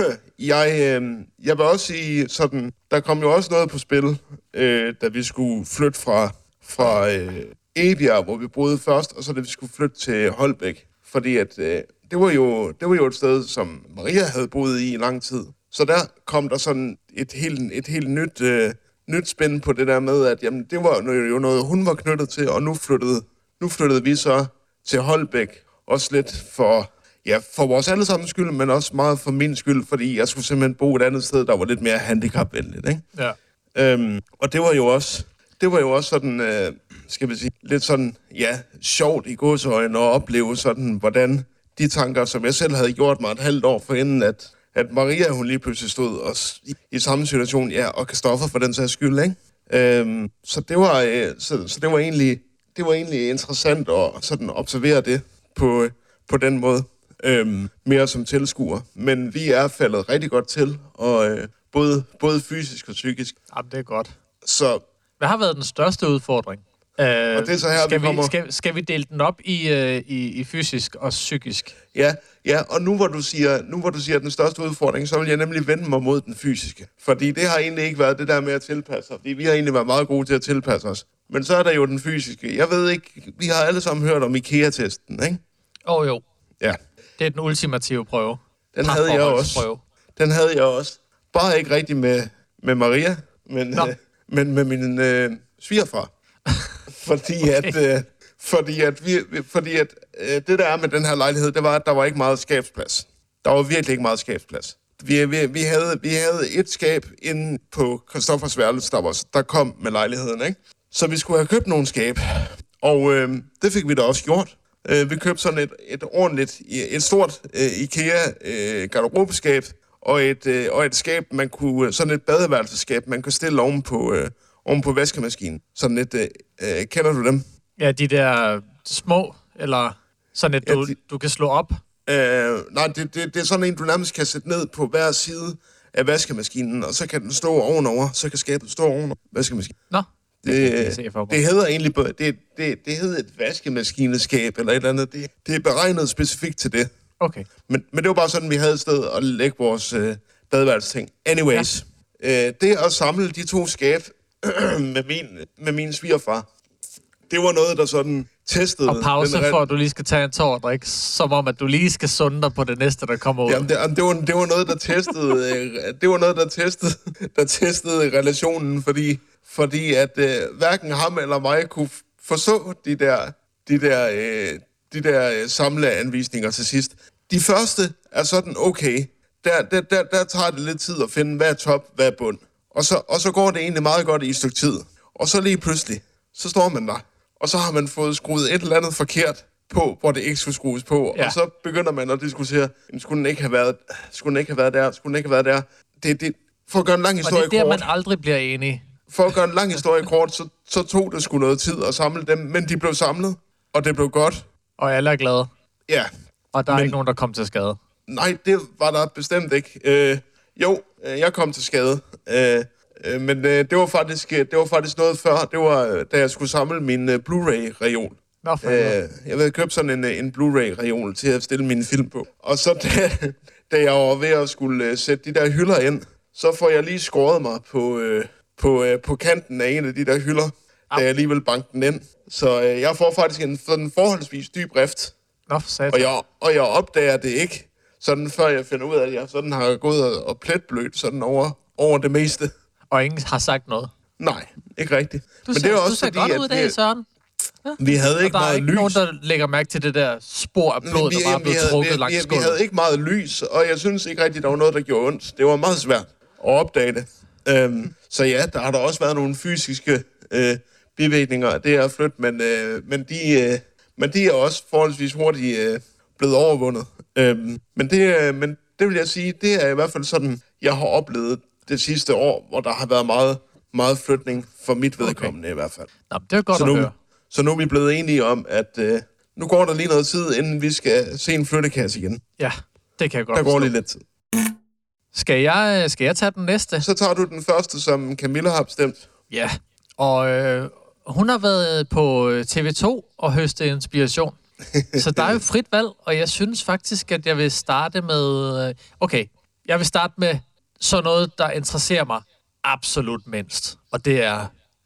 jeg, øh, jeg vil også sige sådan, der kom jo også noget på spil, øh, da vi skulle flytte fra, fra øh, Ebjerg, hvor vi boede først, og så da vi skulle flytte til Holbæk. Fordi at, øh, det, var jo, det var jo et sted, som Maria havde boet i i lang tid. Så der kom der sådan et helt, et helt nyt, øh, nyt spænd på det der med, at jamen, det var jo noget, hun var knyttet til, og nu flyttede, nu flyttede vi så til Holbæk. Også lidt for, ja, for vores allesammens skyld, men også meget for min skyld, fordi jeg skulle simpelthen bo et andet sted, der var lidt mere handicapvenligt, ikke? Ja. Øhm, og det var jo også, det var jo også sådan, øh, skal vi sige, lidt sådan, ja, sjovt i gåseøjne at opleve sådan, hvordan de tanker, som jeg selv havde gjort mig et halvt år forinden, at, at Maria, hun lige pludselig stod også i, i samme situation, ja, og Kristoffer for den sags skyld, ikke? Øhm, så det var, øh, så, så det var egentlig, det var egentlig interessant at sådan observere det på, på den måde, øhm, mere som tilskuer. Men vi er faldet rigtig godt til, og øh, både, både fysisk og psykisk. Jamen, det er godt. Så Hvad har været den største udfordring Øh, og det er så her, skal, vi kommer... vi, skal, skal vi dele den op i, øh, i, i fysisk og psykisk? Ja, ja, og nu hvor du siger, nu hvor du siger den største udfordring, så vil jeg nemlig vende mig mod den fysiske. Fordi det har egentlig ikke været det der med at tilpasse os. Fordi vi har egentlig været meget gode til at tilpasse os. Men så er der jo den fysiske. Jeg ved ikke, vi har alle sammen hørt om IKEA-testen, ikke? Åh oh, jo. Ja. Det er den ultimative prøve. Den havde jeg også. Den havde jeg også. Bare ikke rigtig med, med Maria, men, øh, men med min øh, svigerfar. fordi okay. at... Øh, Fordi at, vi, fordi at øh, det der er med den her lejlighed, det var, at der var ikke meget skabsplads. Der var virkelig ikke meget skabsplads. Vi, vi, vi, havde, vi havde et skab inde på Christoffers værelse, der, var, der kom med lejligheden, ikke? Så vi skulle have købt nogle skab, og øh, det fik vi da også gjort. Øh, vi købte sådan et, et ordentligt, et stort øh, IKEA øh, garderobeskab, og et, øh, og et skab, man kunne, sådan et badeværelseskab, man kunne stille oven på, øh, oven på vaskemaskinen. Sådan et, øh, øh, kender du dem? Ja, de der små, eller sådan et, du, ja, de, du kan slå op? Øh, nej, det, det, det er sådan en, du nærmest kan sætte ned på hver side af vaskemaskinen, og så kan den stå ovenover, så kan skabet stå ovenover vaskemaskinen. Nå, det, det, det, det hedder egentlig, det, det, det hedder et vaskemaskineskab, eller et eller andet. Det, det er beregnet specifikt til det. Okay. Men, men det var bare sådan, vi havde et sted at lægge vores øh, badeværelsesting. Anyways, ja. øh, det at samle de to skab med min, med min svigerfar, det var noget, der sådan testede... Og pause den for, at du lige skal tage en tår og drikke, som om, at du lige skal sunde dig på det næste, der kommer ud. Jamen, det, det, var, det var noget, der testede... det var noget, der testede, der testede relationen, fordi, fordi at øh, hverken ham eller mig kunne forstå de der, de der, øh, de der samleanvisninger til sidst. De første er sådan, okay, der, der, der, der tager det lidt tid at finde, hvad er top, hvad er bund. Og så, og så går det egentlig meget godt i et stykke tid. Og så lige pludselig, så står man der. Og så har man fået skruet et eller andet forkert på, hvor det ikke skulle skrues på. Ja. Og så begynder man at diskutere, skulle den ikke have været, skulle den ikke have været der, skulle den ikke have været der. Det, det, for at gøre en lang historie kort... Og det er der, kort, man aldrig bliver enig. For at gøre en lang historie kort, så, så tog det sgu noget tid at samle dem. Men de blev samlet, og det blev godt. Og alle er glade. Ja. Og der er men, ikke nogen, der kom til skade. Nej, det var der bestemt ikke. Øh, jo, jeg kom til skade. Øh, Men øh, det var faktisk det var faktisk noget før. Det var da jeg skulle samle min øh, Blu-ray-reol. Nå, øh, jeg havde købt sådan en, en Blu-ray-reol til at stille mine film på. Og så da, da jeg var ved at skulle øh, sætte de der hylder ind, så får jeg lige skåret mig på øh, på øh, på kanten af en af de der hylder, da jeg lige vil banke den ind. Så øh, jeg får faktisk en sådan forholdsvis dyb rift. Nå, for satan. Og jeg og jeg opdager det ikke, sådan før jeg finder ud af, at jeg sådan har gået og, og pletblødt sådan over over det meste. Og ingen har sagt noget? Nej, ikke rigtigt. Du ser, Men det er også du ser fordi, godt ud af, Søren. Ja. Vi havde ikke meget lys. Der er ikke nogen, der lægger mærke til det der spor af blod, vi, der bare blev trukket vi, langs vi, skulden. Vi havde ikke meget lys, og jeg synes ikke rigtigt, der var noget, der gjorde ondt. Det var meget svært at opdage det. Øhm, så ja, der har der også været nogle fysiske øh, bivirkninger af det at flytte, men, øh, men, de, øh, men de er også forholdsvis hurtigt øh, blevet overvundet. Øhm, men, det, øh, men det vil jeg sige, det er i hvert fald sådan, jeg har oplevet det sidste år, hvor der har været meget, meget flytning for mit vedkommende okay. i hvert fald. Nå, det er godt så at nu, høre. Så nu er vi blevet enige om, at øh, nu går der lige noget tid, inden vi skal se en flyttekasse igen. Ja, det kan jeg godt Der forstå. går lige lidt tid. Skal jeg, skal jeg tage den næste? Så tager du den første, som Camilla har bestemt. Ja, og øh, hun har været på T V to og høstet inspiration. Så der er jo frit valg, og jeg synes faktisk, at jeg vil starte med... Okay, jeg vil starte med sådan noget, der interesserer mig absolut mindst. Og det er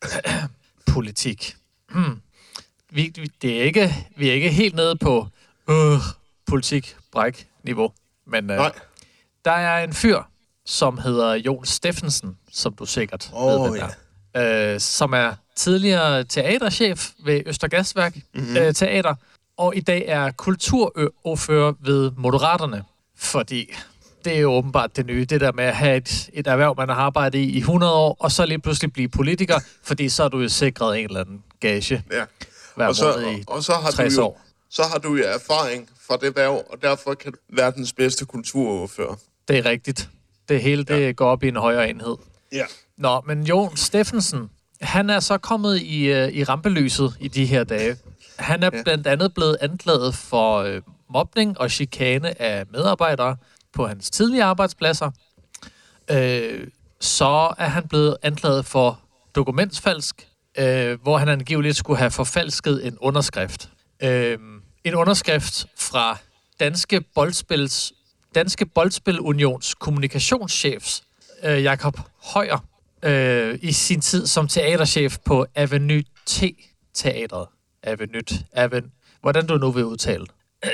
politik. Hmm. Vi, det er ikke, vi er ikke helt nede på øh, politik-bræk-niveau. Men øh, der er en fyr, som hedder Jon Steffensen, som du sikkert oh, ved, hvem er. Øh, som er tidligere teaterchef ved Østergasværk mm-hmm. øh, Teater, og i dag er kulturordfører ved Moderaterne, fordi det er jo åbenbart det nye, det der med at have et, et erhverv, man har arbejdet i i hundrede år, og så lige pludselig blive politiker, fordi så er du jo sikret en eller anden gage ja. hver og så, måned i og, og så har tres du jo, år. Så har du jo erfaring fra det erhverv, og derfor kan du være den bedste kulturordfører. Det er rigtigt. Det hele det ja. går op i en højere enhed. Ja. Nå, men Jon Steffensen, han er så kommet i, uh, i rampelyset i de her dage. Han er ja. blandt andet blevet anklaget for uh, mobning og chikane af medarbejdere på hans tidligere arbejdspladser. Uh, så er han blevet anklaget for dokumentsfalsk, øh, hvor han angiveligt skulle have forfalsket en underskrift. Øh, en underskrift fra Danske Boldspils, Danske Boldspil Unions kommunikationschefs øh, Jakob Højer øh, i sin tid som teaterchef på Avenue T-teatret. Avenue, Aven, hvordan du nu vil udtale.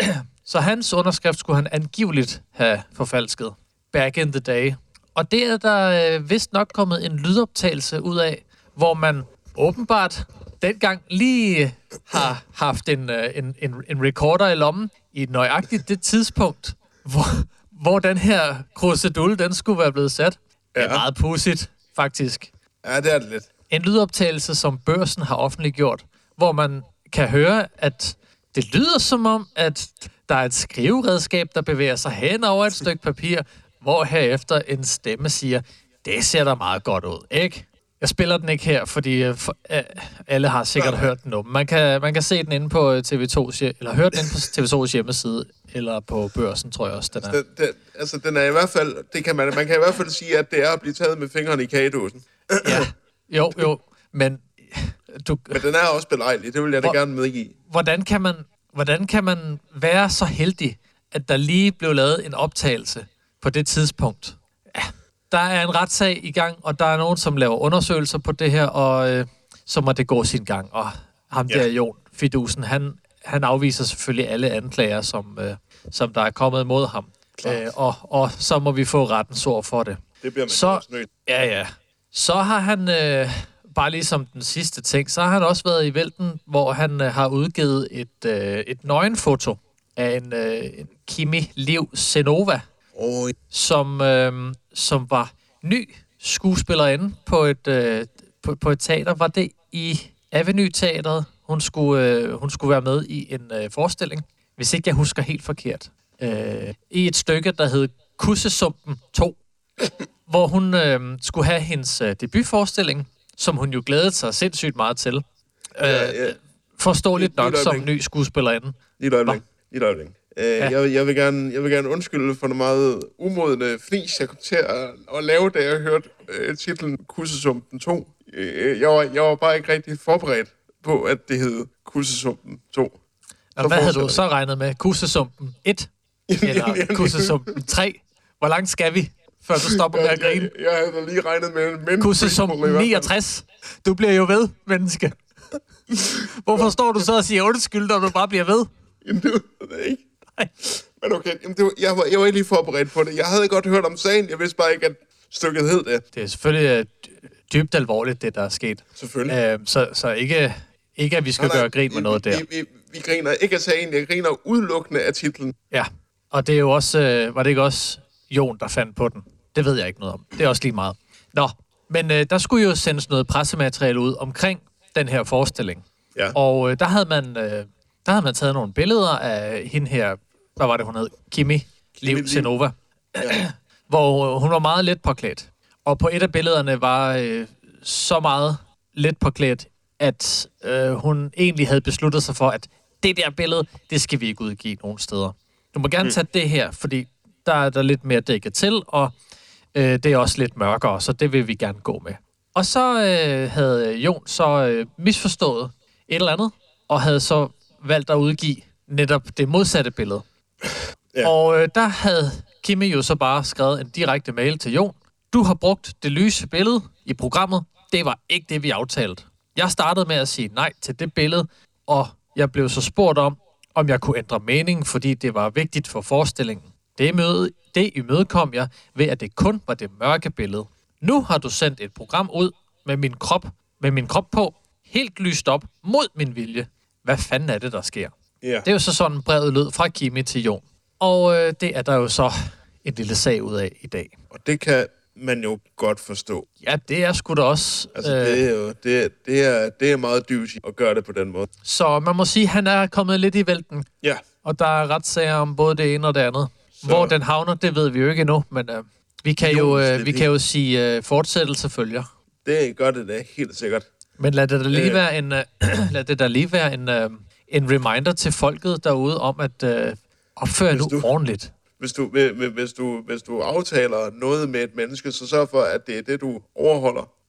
Så hans underskrift skulle han angiveligt have forfalsket back in the day. Og det er der øh, vist nok kommet en lydoptagelse ud af, hvor man åbenbart dengang lige har haft en, øh, en, en, en recorder i lommen i nøjagtigt det tidspunkt, hvor, hvor den her krusedulle, den skulle være blevet sat. Ja. Det er meget pudsigt, faktisk. Ja, det er det lidt. En lydoptagelse, som Børsen har offentliggjort, hvor man kan høre, at det lyder som om, at der er et skriveredskab, der bevæger sig hen over et stykke papir, hvor herefter en stemme siger, det ser da meget godt ud, ikke? Jeg spiller den ikke her, fordi uh, for, uh, alle har sikkert ja. hørt den nu. Man kan, man kan se den inde på T V to's, eller høre den inde på T V to's hjemmeside, eller på Børsen, tror jeg også, den er. Den, den, altså, den er i hvert fald, det kan man, man kan i hvert fald sige, at det er at blive taget med fingrene i kagedåsen. Ja, jo, jo, men... Du, men den er også belejlig, det vil jeg da hvor, gerne medgive. Hvordan kan, man, hvordan kan man være så heldig, at der lige blev lavet en optagelse på det tidspunkt? Ja, der er en retssag i gang, og der er nogen, som laver undersøgelser på det her, og øh, så må det gå sin gang. Og ham ja. der, Jon Fidusen, han, han afviser selvfølgelig alle anklager, som, øh, som der er kommet imod ham. Øh, og, og så må vi få rettens ord for det. Det bliver man så, også nødt. Ja, ja. Så har han... Øh, Bare ligesom den sidste ting, så har han også været i vælten, hvor han øh, har udgivet et, øh, et nøgenfoto af en, øh, en Kimi Liv Senova, oh. som, øh, som var ny skuespillerinde på et, øh, på, på et teater. Var det i Avenue-teatret, hun skulle, øh, hun skulle være med i en øh, forestilling, hvis ikke jeg husker helt forkert. Øh, I et stykke, der hed Kussesumpen to, hvor hun øh, skulle have hendes øh, debutforestilling, som hun jo glædede sig sindssygt meget til. Ja, ja. Forståeligt nok som ny skuespillerinde. Lige et øjeblik. Lige et øjeblik. Uh, ja. jeg, jeg, vil gerne, jeg vil gerne undskylde for noget meget umodende fnis, jeg kom til at, at lave, da jeg hørte uh, titlen Kussesumpen to. Uh, jeg, var, jeg var bare ikke rigtig forberedt på, at det hed Kussesumpen to. Og hvad havde du så regnet med? Kussesumpen et? Eller Kussesumpen tre? Hvor langt skal vi? Før du stopper med at grine. Jeg, jeg havde lige regnet med en Kussesumpen niogtres. Du bliver jo ved, menneske. Hvorfor står du så og siger undskyld, når du bare bliver ved? Jamen, det ved jeg ikke. Nej. Men okay, jamen, det var, jeg, var, jeg var ikke lige forberedt på det. Jeg havde godt hørt om sagen, jeg vidste bare ikke, at stykket hed det. Det er selvfølgelig dybt alvorligt, det der er sket. Selvfølgelig. Øh, så, så ikke, ikke, at vi skal nej, nej, gøre grin med noget vi, der. Vi, vi, vi griner ikke af sagen, jeg griner udelukkende af titlen. Ja, og det er jo også, øh, var det ikke også Jon, der fandt på den? Det ved jeg ikke noget om. Det er også lige meget. Nå, men øh, der skulle jo sendes noget pressemateriale ud omkring den her forestilling. Ja. Og øh, der, havde man, øh, der havde man taget nogle billeder af hende her, hvad var det, hun hed? Kimi Liv Senova. Ja. Hvor hun var meget let påklædt. Og på et af billederne var øh, så meget let påklædt, at øh, hun egentlig havde besluttet sig for, at det der billede, det skal vi ikke udgive nogen steder. Du må gerne tage det her, fordi der er der lidt mere dækket til, og øh, det er også lidt mørkere, så det vil vi gerne gå med. Og så øh, havde Jon så øh, misforstået et eller andet, og havde så valgt at udgive netop det modsatte billede. Ja. Og øh, der havde Kimi jo så bare skrevet en direkte mail til Jon. Du har brugt det lyse billede i programmet. Det var ikke det, vi aftalte. Jeg startede med at sige nej til det billede, og jeg blev så spurgt om, om jeg kunne ændre mening, fordi det var vigtigt for forestillingen. Det, møde, det imødekom jeg ved, at det kun var det mørke billede. Nu har du sendt et program ud med min krop, med min krop på, helt lyst op mod min vilje. Hvad fanden er det, der sker? Yeah. Det er jo så sådan, brevet lød fra Kimi til Jon. Og øh, det er der jo så en lille sag ud af i dag. Og det kan man jo godt forstå. Ja, det er sgu da også... Altså, øh, det er jo det, det er, det er meget douchey at gøre det på den måde. Så man må sige, at han er kommet lidt i vælten. Ja. Og der er retssager om både det ene og det andet. Så. Hvor den havner, det ved vi jo ikke endnu, men øh, vi kan jo, jo, øh, vi kan jo sige øh, fortsættelse følger. Det gør det da helt sikkert. Men lad det da lige øh. være en, øh, lad det da lige være en, øh, en reminder til folket derude om at øh, opføre nu du, ordentligt. Hvis du, hvis, du, hvis du aftaler noget med et menneske, så sørg for, at det er det, du overholder.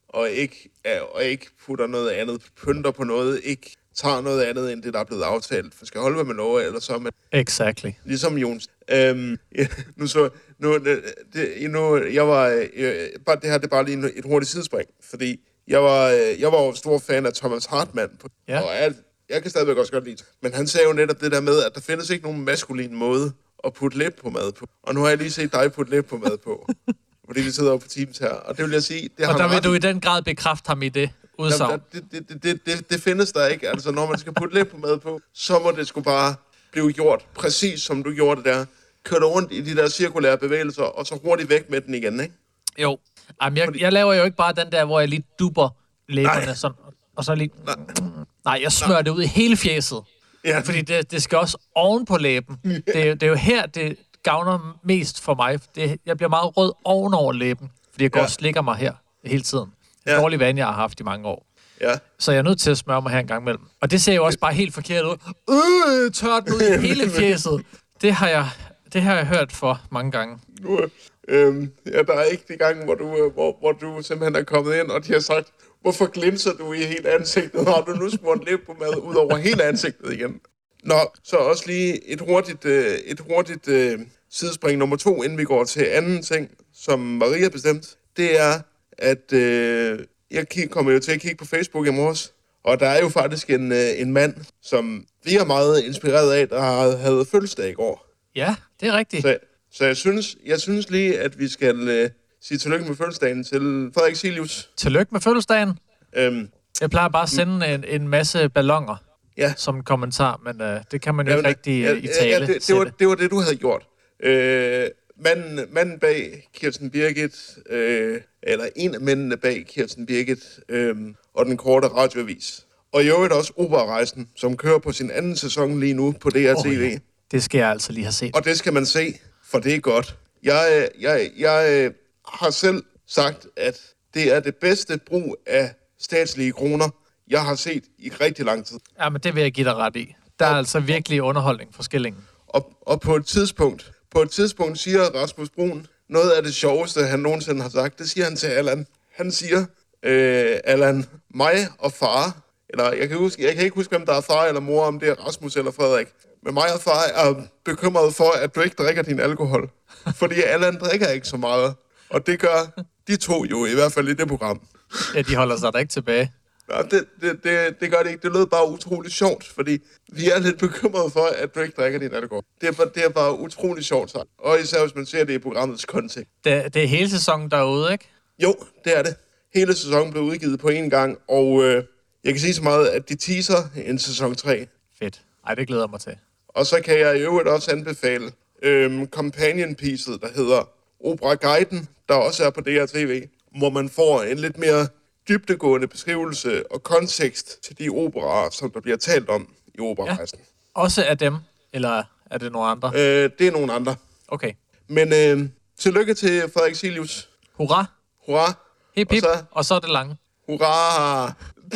og ikke, og ikke putter noget andet, pynter på noget, ikke tager noget andet end det, der er blevet aftalt. For skal holde, hvad man lover, eller så man... Exactly. Ligesom Jons. Øhm, ja, nu så... Nu, det, nu, jeg var... Øh, bare, det her det er bare lige et hurtigt sidespring, fordi jeg var, jeg var jo stor fan af Thomas Hartmann. Ja. Og alt, jeg kan stadigvæk også godt lide. Men han sagde jo netop det der med, at der findes ikke nogen maskulin måde at putte læb på mad på. Og nu har jeg lige set dig putte læb på mad på. Fordi vi sidder over på Teams her. Og det vil jeg sige... Det og der vil ret... du i den grad bekræfte ham i det udsagn. Det, det, det, det, det, det findes der ikke. Altså, når man skal putte læb på mad på, så må det sgu bare blive gjort præcis som du gjorde det der. Kørte rundt i de der cirkulære bevægelser, og så hurtigt væk med den igen, ikke? Jo. Jamen, jeg, jeg laver jo ikke bare den der, hvor jeg lige dupper læberne, sådan, og så lige... Nej, Nej jeg smører Nej. det ud i hele fjeset. Ja. Fordi det, det skal også oven på læben. Ja. Det, det er jo her, det gavner mest for mig. Det, jeg bliver meget rød ovenover læben, fordi jeg går ja. og slikker mig her hele tiden. Det er ja. dårlig vand, jeg har haft i mange år. Ja. Så jeg er nødt til at smøre mig her en gang imellem. Og det ser jo også bare helt forkert ud. Øh, tørt ud i hele fjeset. Det har jeg, det har jeg hørt for mange gange. Nu, øhm, ja, der er ikke de gange, hvor du, hvor, hvor du simpelthen er kommet ind, og de har sagt, hvorfor glinser du i hele ansigtet? Har du nu smurt læb på mad ud over hele ansigtet igen? Nå, så også lige et hurtigt, øh, et hurtigt øh, sidespring nummer to, inden vi går til anden ting, som Maria bestemt. Det er, at øh, jeg kommer jo til at kigge på Facebook i morges, og der er jo faktisk en, øh, en mand, som vi er meget inspireret af, der havde fødselsdag i går. Ja, det er rigtigt. Så, så jeg, synes, jeg synes lige, at vi skal øh, sige tillykke med fødselsdagen til Frederik Silius. Tillykke med fødselsdagen. Øhm, jeg plejer bare at sende en, en masse ballonger ja. som kommentar, men øh, det kan man jo ikke rigtig ja, i tale. Ja, det, det, var, det var det, du havde gjort. Øh, manden, manden bag Kirsten Birgit, øh, eller en af mændene bag Kirsten Birgit øh, og den korte radioavis. Og i øvrigt også Operarejsen, som kører på sin anden sæson lige nu på D R T V. Oh, ja. Det skal jeg altså lige have set. Og det skal man se, for det er godt. Jeg, jeg, jeg har selv sagt, at det er det bedste brug af statslige kroner, jeg har set i rigtig lang tid. Ja, men det vil jeg give dig ret i. Der er og, altså virkelig underholdning for skillingen. Og, og på et tidspunkt, på et tidspunkt siger Rasmus Bruun noget af det sjoveste, han nogensinde har sagt. Det siger han til Allan. Han siger, øh, Allan, mig og far, eller jeg kan, huske, jeg kan ikke huske, hvem der er far eller mor, om det er Rasmus eller Frederik, men mig og far er bekymret for, at du ikke drikker din alkohol. Fordi Allan drikker ikke så meget. Og det gør de to jo, i hvert fald i det program. Ja, de holder sig da ikke tilbage. Nej, det, det, det, det gør det ikke. Det lød bare utroligt sjovt, fordi vi er lidt bekymrede for, at du ikke drikker din alkohol. Det er bare, det er bare utroligt sjovt sagt. Og især hvis man ser det i programmets kontekst. Det, det er hele sæsonen derude, ikke? Jo, det er det. Hele sæsonen blev udgivet på én gang, og øh, jeg kan sige så meget, at de teaser en sæson tre. Fedt. Ej, det glæder mig til. Og så kan jeg i øvrigt også anbefale øh, companion-piecet, der hedder Opera Guiden, der også er på D R T V, hvor man får en lidt mere dybdegående beskrivelse og kontekst til de operaer, som der bliver talt om i Operarejsen. Ja. Også af dem, eller er det nogle andre? Øh, det er nogle andre. Okay. Men øh, tillykke til Frederik Silius. Hurra. Hurra. Hip hip, og så, og så er det lange. Hurra.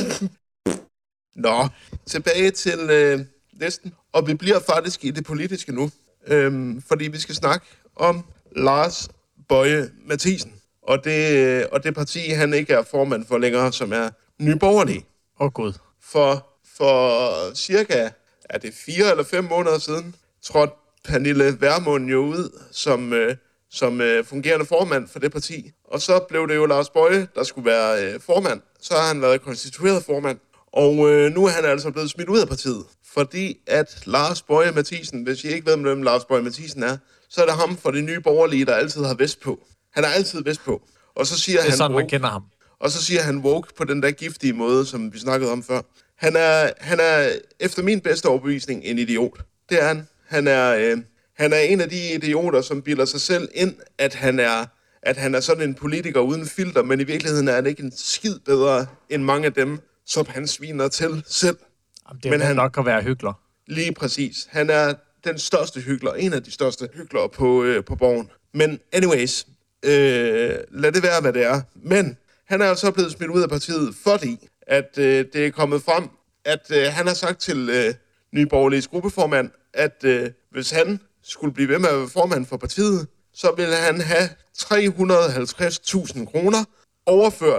Nå, tilbage til øh, listen. Og vi bliver faktisk i det politiske nu, øh, fordi vi skal snakke om Lars Boje Mathiesen. Og det, og det parti, han ikke er formand for længere, som er Nye Borgerlige. Åh oh, gud. For, for cirka, er det fire eller fem måneder siden, trådte Pernille Vermund jo ud som, øh, som øh, fungerende formand for det parti. Og så blev det jo Lars Boje, der skulle være øh, formand. Så har han været konstitueret formand. Og øh, nu er han altså blevet smidt ud af partiet. Fordi at Lars Boje Mathiesen, hvis I ikke ved, hvem Lars Boje Mathiesen er, så er det ham for det Nye Borgerlige, der altid har vest på. Han er altid vest på. Og så siger det er han sådan, woke, man kender ham. Og så siger han woke på den der giftige måde, som vi snakkede om før. Han er, han er efter min bedste overbevisning en idiot. Det er han. Han er, øh, han er en af de idioter, som bilder sig selv ind, at han er, at han er sådan en politiker uden filter, men i virkeligheden er han ikke en skid bedre end mange af dem, som han sviner til selv. Jamen, det er men han nok at være hykler. Lige præcis. Han er den største hykler, en af de største hyklere på, øh, på borgen. Men anyways, øh, lad det være, hvad det er. Men han er altså blevet smidt ud af partiet, fordi at øh, det er kommet frem, at øh, han har sagt til øh, Nye Borgerliges gruppeformand, at øh, hvis han skulle blive ved med at være formand for partiet, så ville han have tre hundrede og halvtreds tusind kroner overført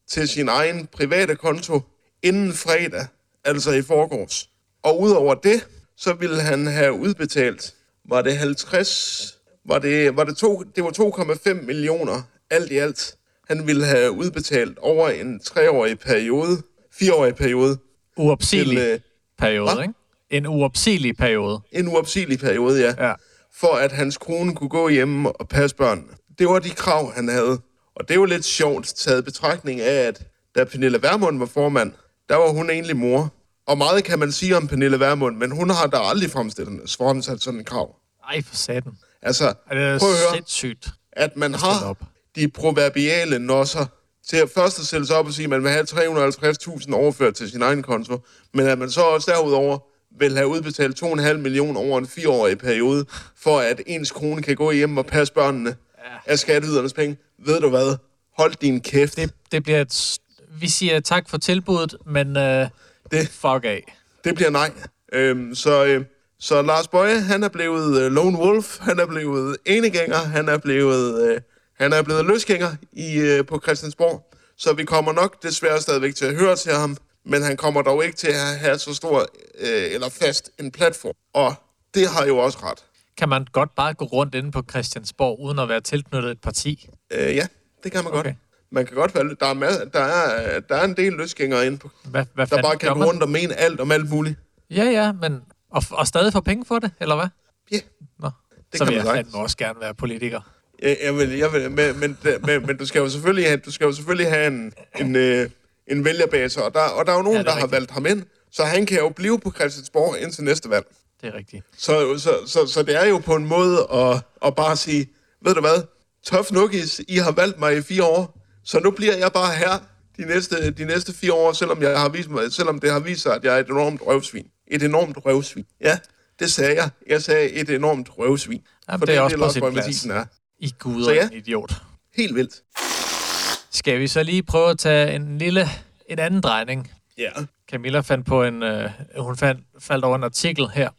til sin egen private konto inden fredag, altså i forgårs. Og udover det, så ville han have udbetalt, var det halvtreds, var det, var det, to, det var to komma fem millioner alt i alt. Han ville have udbetalt over en treårig periode, fireårig periode. Uopsigelig til, øh, periode, hva? ikke? En uopsigelig periode. En uopsigelig periode, ja. Ja. For at hans kone kunne gå hjemme og passe børnene. Det var de krav, han havde. Og det var lidt sjovt taget betragtning af, at da Pernille Vermund var formand, der var hun egentlig mor. Og meget kan man sige om Pernille Vermund, men hun har da aldrig fremstillet fremsat sådan en krav. Ej, for satan. Altså, Er det prøv at høre, sindssygt? at man stille har op. de proverbiale nosser til at først at sætte sig op og sige, at man vil have tre hundrede og halvtreds tusind overført til sin egen konto, men at man så også derudover vil have udbetalt to komma fem millioner over en fireårig periode, for at ens kone kan gå hjem og passe børnene ja. af skatteydernes penge. Ved du hvad? Hold din kæft. Det, det bliver et... Vi siger tak for tilbuddet, men øh, Det- fuck af. Det bliver nej. Øhm, så, øh, så Lars Boje, han er blevet øh, lone wolf, han er blevet enegænger, han er blevet, øh, han er blevet løsgænger i, øh, på Christiansborg. Så vi kommer nok desværre stadigvæk til at høre til ham, men han kommer dog ikke til at have så stor øh, eller fast en platform. Og det har jo også ret. Kan man godt bare gå rundt inde på Christiansborg, uden at være tilknyttet et parti? Øh, ja, det kan man Okay. godt. Man kan godt være, der er, mad, der er, der er en del løsgængere inde på, Hvad, hvad der bare fanden kan gør gå man? rundt og mene alt om alt muligt. Ja, ja, men... Og, og stadig få penge for det, eller hvad? Ja, Nå. det Så kan vil man jeg sagtens. fandme også gerne være politiker. Jeg, jeg vil, jeg vil, men, men, men, men du skal jo selvfølgelig have, du skal jo selvfølgelig have en, en, øh, en vælgerbase, og der, og der er jo nogen, Ja, det er der har rigtigt. valgt ham ind, så han kan jo blive på Christiansborg indtil næste valg. Det er rigtigt. Så, så, så, så det er jo på en måde at, at bare sige, ved du hvad, tough nookies, I har valgt mig i fire år, så nu bliver jeg bare her de næste, de næste fire år, selvom, jeg har vist mig, selvom det har vist sig, at jeg er et enormt røvsvin. Et enormt røvsvin. Ja, det sagde jeg. Jeg sagde et enormt røvsvin. Jamen, For det er også på Lars sin Boje plads. Mathiesen er. I guder, Så ja. en idiot. Helt vildt. Skal vi så lige prøve at tage en lille, en anden drejning? Ja. Camilla fandt på en, øh, hun fandt, faldt over en artikel her,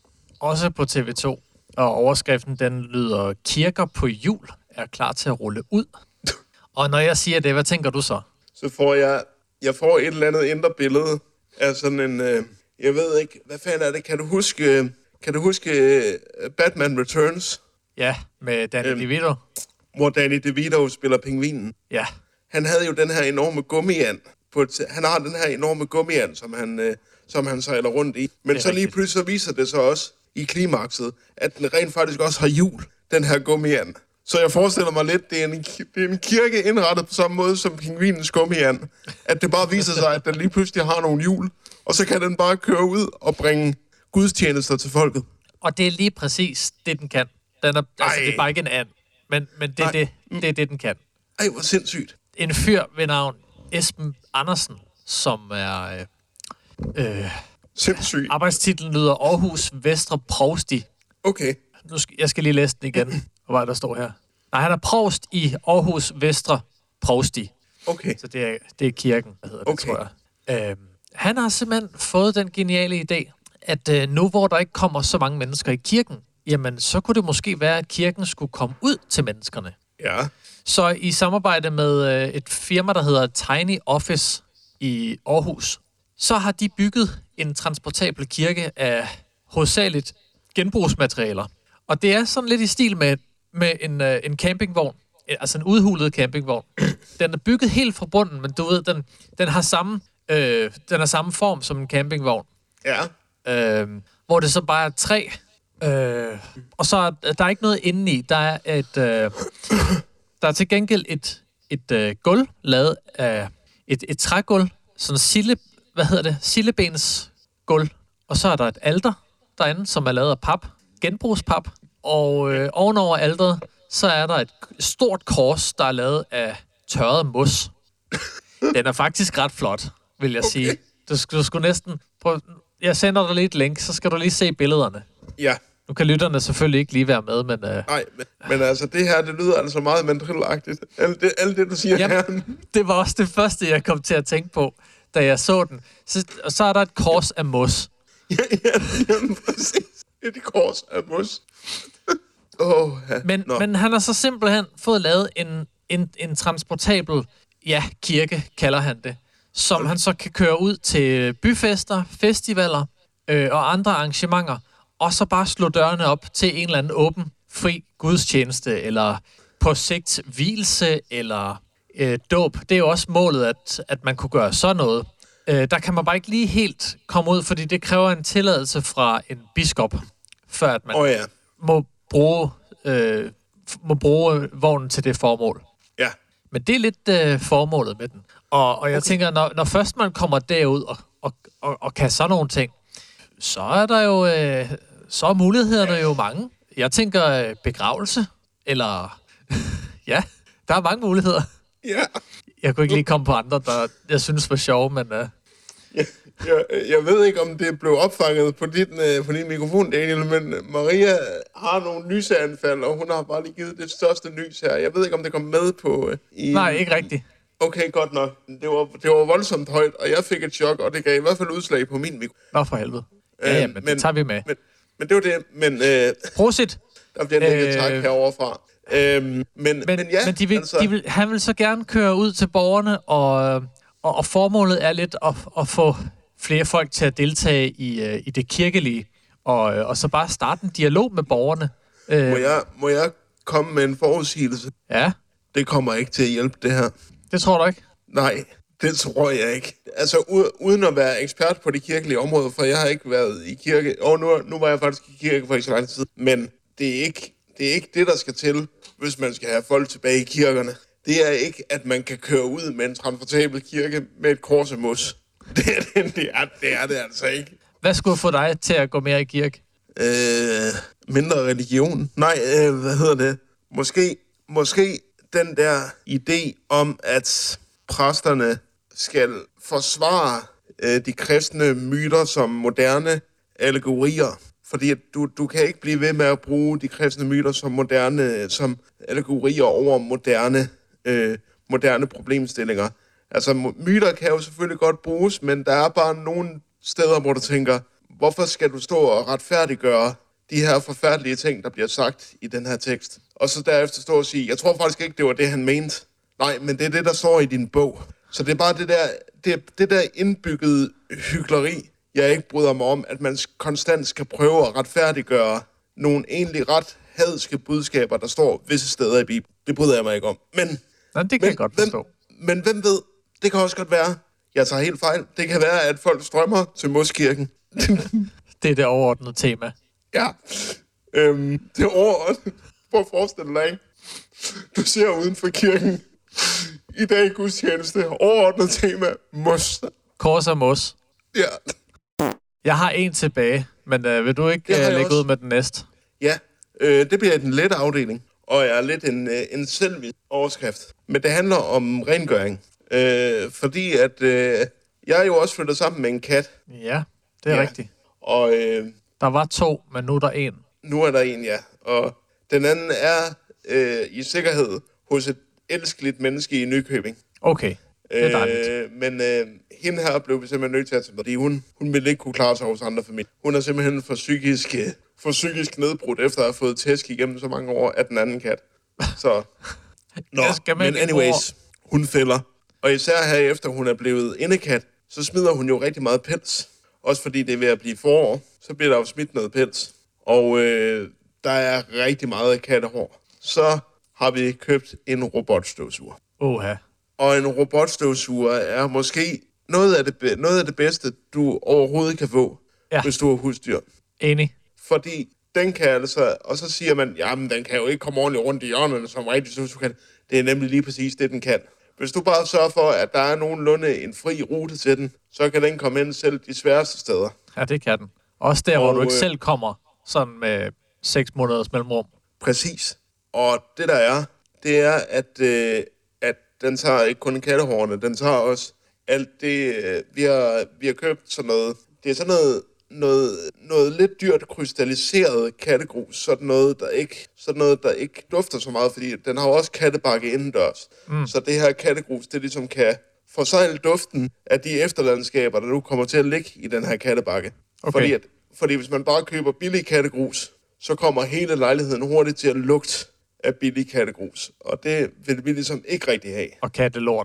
også på T V to, og overskriften den lyder, kirker på jul er klar til at rulle ud. Og når jeg siger det, hvad tænker du så? Så får jeg, jeg får et eller andet indre billede af sådan en, øh, jeg ved ikke, hvad fanden er det, kan du huske, øh, kan du huske øh, Batman Returns, Ja, med Danny Øhm. DeVito. hvor Danny DeVito spiller pingvinen? Ja, Han havde jo den her enorme gummiand, på et, han har den her enorme gummiand, som han, øh, som han sejler rundt i. Men Det er så lige rigtigt. pludselig så viser det sig også i klimakset, at den rent faktisk også har hjul, den her gummiand. Så jeg forestiller mig lidt, det er en, ki- det er en kirke indrettet på samme måde som pingvinens gummiand. At det bare viser sig, at den lige pludselig har nogle hjul, og så kan den bare køre ud og bringe gudstjenester til folket. og det er lige præcis det, den kan. Den er, altså, Ej. det er bare ikke en and, men, men det, er Nej. det, det er det, den kan. Ej, hvor sindssygt. En fyr ved navn Esben Andersen, som er... Øh, øh, Sindssygt. arbejdstitlen lyder Aarhus Vestre Provsti. Okay. Nu skal, jeg skal lige læse den igen, hvad der står her. Nej, han er provst i Aarhus Vestre Provsti. Okay. Så det er, det er kirken, hvad hedder det, Okay. tror jeg. Øhm, han har simpelthen fået den geniale idé, at øh, nu hvor der ikke kommer så mange mennesker i kirken, jamen så kunne det måske være, at kirken skulle komme ud til menneskerne. Ja. Så i samarbejde med øh, et firma, der hedder Tiny Office i Aarhus, så har de bygget en transportabel kirke af hovedsageligt genbrugsmaterialer. Og det er sådan lidt i stil med, med en, øh, en campingvogn, øh, altså en udhulet campingvogn. Den er bygget helt fra bunden, men du ved, den, den har samme, øh, den har samme form som en campingvogn. Ja. Øh, hvor det så bare er træ. Øh, og så er der er ikke noget indeni. Der er et, øh, der er til gengæld et, et øh, gulv lavet af et, et trægulv, sådan sille, hvad hedder det, sillebens gulv. Og så er der et alter derinde, som er lavet af pap, genbrugspap. Og øh, ovenover alteret, så er der et stort kors, der er lavet af tørret mos. Den er faktisk ret flot, vil jeg sige. Du, sk- du skulle næsten prøve. Jeg sender dig lige et link, så skal du lige se billederne. Ja. Nu kan lytterne selvfølgelig ikke lige være med, men... Øh, Nej, men, men altså, det her, det lyder altså meget mandrillagtigt. Alt det, alt det, du siger Jamen, her. det var også det første, jeg kom til at tænke på, da jeg så den. Så, og så er der et kors af mos. Ja, ja, jamen, præcis. Et kors af mos. Åh, ja. Men, men han har så simpelthen fået lavet en, en, en transportabel ja, kirke kalder han det, som han så kan køre ud til byfester, festivaler øh, og andre arrangementer, og så bare slå dørene op til en eller anden åben, fri gudstjeneste, eller på sigt hvilelse, eller øh, dåb. Det er jo også målet, at, at man kunne gøre sådan noget. Øh, der kan man bare ikke lige helt komme ud, fordi det kræver en tilladelse fra en biskop, før at man oh, ja. må bruge øh, må bruge vognen til det formål. Ja. Men det er lidt øh, formålet med den. Og, og jeg okay. tænker, når, når først man kommer derud og, og, og, og kan sådan nogle ting, så er der jo øh, så er mulighederne jo mange. Jeg tænker øh, begravelse, eller ja, der er mange muligheder. Ja. Jeg kunne ikke lige komme på andre, der jeg synes var sjove, men... Øh... Ja, jeg, jeg ved ikke, om det blev opfanget på din, øh, på din mikrofon, Daniel, men Maria har nogle lyseanfald, og hun har bare lige givet det største lys her. Jeg ved ikke, om det kom med på... Øh, i... Nej, ikke rigtigt. Okay, godt nok. Det var, det var voldsomt højt, og jeg fik et chok, og det gav i hvert fald udslag på min mikrofon. Nå, for helvede. Ja, ja, men, men det tager vi med. Men, men det var det, men... Øh, Prosit! Der bliver en øh... tak herovre fra. Øhm, men, men, men ja, men de vil, altså... de vil, han vil så gerne køre ud til borgerne, og, og, og formålet er lidt at, at få flere folk til at deltage i, uh, i det kirkelige, og, og så bare starte en dialog med borgerne. Må jeg, må jeg komme med en forudsigelse? Ja. Det kommer ikke til at hjælpe, det her. Det tror du ikke? Nej, det tror jeg ikke. Altså, u- uden at være ekspert på det kirkelige område, for jeg har ikke været i kirke, og nu, nu var jeg faktisk i kirke for ikke så lang tid, men det er ikke... Det er ikke det, der skal til, hvis man skal have folk tilbage i kirkerne. Det er ikke, at man kan køre ud med en transportabel kirke med et korsemus. Det er det, det, er, det er det altså ikke. Hvad skulle få dig til at gå mere i kirke? Øh, mindre religion. Nej, øh, hvad hedder det? Måske, måske den der idé om, at præsterne skal forsvare øh, de kristne myter som moderne allegorier. Fordi du, du kan ikke blive ved med at bruge de kristne myter som moderne, som allegorier over moderne, øh, moderne problemstillinger. Altså, myter kan jo selvfølgelig godt bruges, men der er bare nogle steder, hvor du tænker, hvorfor skal du stå og retfærdiggøre de her forfærdelige ting, der bliver sagt i den her tekst? Og så derefter stå og sige, jeg tror faktisk ikke, det var det, han mente. Nej, men det er det, der står i din bog. Så det er bare det der, det, det der indbyggede hykleri, jeg ikke bryder mig om, at man konstant skal prøve at retfærdiggøre nogle egentlig ret hadske budskaber, der står visse steder i Bibelen. Det bryder jeg mig ikke om. Men, Nå, det kan men, jeg godt forstå. Hvem, men hvem ved, det kan også godt være, jeg tager helt fejl, det kan være, at folk strømmer til Moskirken. Det er det overordnede tema. Ja, øhm, det er overordnet. Prøv at forestille dig, ikke? Du ser uden for kirken i dag i gudstjeneste, overordnet tema, mos. Kors og mos. Ja. Jeg har en tilbage, men øh, vil du ikke øh, lægge også ud med den næste? Ja, øh, det bliver den lette afdeling, og jeg er lidt en, øh, en selvvis overskrift. Men det handler om rengøring, øh, fordi at øh, jeg er jo også flyttet sammen med en kat. Ja, det er ja. rigtigt. Og øh, der var to, men nu er der en. Nu er der en, ja. Og den anden er øh, i sikkerhed hos et elskeligt menneske i Nykøbing. Okay. Det er dejligt. Øh, men øh, hende her blev vi simpelthen nødt til at tage med, fordi hun, hun ville ikke kunne klare sig hos andre familier. Hun er simpelthen for psykisk, øh, for psykisk nedbrudt, efter at have fået tæsk igennem så mange år af den anden kat. Så, nå, men anyways, hun fælder. Og især herefter hun er blevet indekat, så smider hun jo rigtig meget pels. Også fordi det er ved at blive forår, så bliver der jo smidt noget pels. Og øh, der er rigtig meget kattehår. Så har vi købt en robotstøvsuger. Oha. Og en robotstøvsuger er måske noget af det, noget af det bedste, du overhovedet kan få, ja. Hvis du har husdyr. Enig. Fordi den kan altså, og så siger man, jamen den kan jo ikke komme ordentligt rundt i hjørnerne, som rigtig støvsuger kan. Det er nemlig lige præcis det, den kan. Hvis du bare sørger for, at der er nogenlunde en fri rute til den, så kan den komme ind selv de sværeste steder. Ja, det kan den. Også der, og, hvor du ikke øh, selv kommer, sådan med seks måneders mellemrum. Præcis. Og det der er, det er, at, øh, at den tager ikke kun kattehårene, den tager også alt det, øh, vi, har, vi har købt sådan noget. Det er sådan noget, noget, noget lidt dyrt krystalliseret kattegrus, sådan noget, der ikke, sådan noget, der ikke dufter så meget, fordi den har også kattebakke indendørs. Mm. Så det her kattegrus, det ligesom kan forsejle duften af de efterlandskaber, der nu kommer til at ligge i den her kattebakke. Okay. Fordi, at, fordi hvis man bare køber billig kattegrus, så kommer hele lejligheden hurtigt til at lugte af billig kattegrus. Og det vil vi ligesom ikke rigtig have. Og kattelort.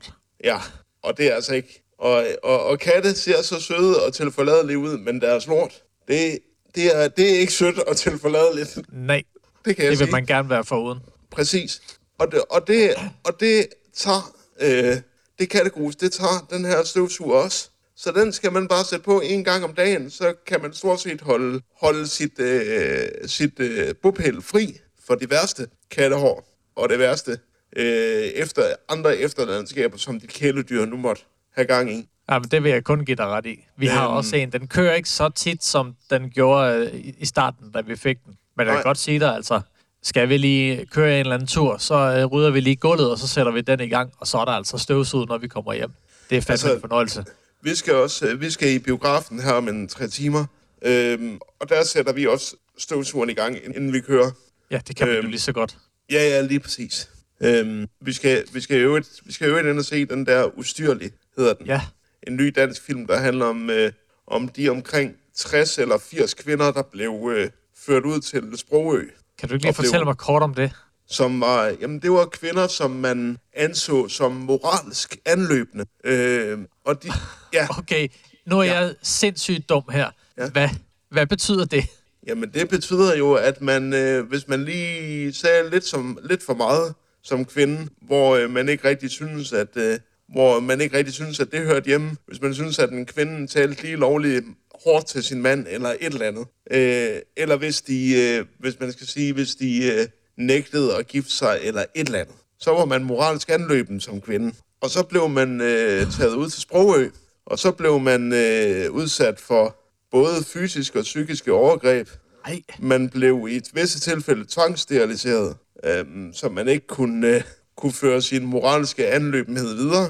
Ja, og det er altså ikke. Og, og, og katte ser så søde og tilforladelige ud, men deres lort, det, det, er, det er ikke sødt og tilforladeligt. Nej, det, kan jeg det vil sige. man gerne være foruden. Præcis. Og det, og det, og det tager, øh, det kattegrus, det tager den her støvsuger også. Så den skal man bare sætte på en gang om dagen, så kan man stort set holde, holde sit, øh, sit øh, bopæl fri for de værste kattehår og det værste øh, efter andre efterladenskaber, som de kæledyr nu måtte have gang i. Jamen, det vil jeg kun give dig ret i. Vi øhm, har også en. Den kører ikke så tit, som den gjorde øh, i starten, da vi fik den. Men jeg kan godt sige dig, altså, skal vi lige køre en eller anden tur, så øh, rydder vi lige gulvet, og så sætter vi den i gang, og så er der altså støvsud, når vi kommer hjem. Det er fandme altså en fornøjelse. Vi skal også vi skal i biografen her om en tre timer, øhm, og der sætter vi også støvsugeren i gang, inden vi kører. Ja, det kan øhm, vi jo lige så godt. Ja, ja, lige præcis. Øhm, vi skal vi skal øvrigt vi skal øvrigt ind og se den der Ustyrlig, hedder den. Ja. En ny dansk film, der handler om øh, om de omkring tres eller firs kvinder, der blev øh, ført ud til Sprogø. Kan du ikke lige fortælle blev, mig kort om det? Som var, jamen det var kvinder, som man anså som moralsk anløbende. Øh, og de, ja. Okay, nu er ja. jeg sindssygt dum her. Ja. Hvad, hvad betyder det? Jamen det betyder jo, at man, øh, hvis man lige sagde lidt, som, lidt for meget som kvinde, hvor øh, man ikke rigtig synes, at øh, hvor man ikke rigtig synes, at det hørte hjemme. Hvis man synes, at en kvinde talte lige lovligt hårdt til sin mand, eller et eller andet. Øh, eller hvis de, øh, hvis man skal sige, hvis de øh, nægtede at gifte sig, eller et eller andet. Så var man moralsk anløben som kvinde. Og så blev man øh, taget ud til Sprogø, og så blev man øh, udsat for både fysiske og psykiske overgreb. Ej. Man blev i et visse tilfælde tvangssteriliseret, øh, så man ikke kunne, øh, kunne føre sin moralske anløbenhed videre.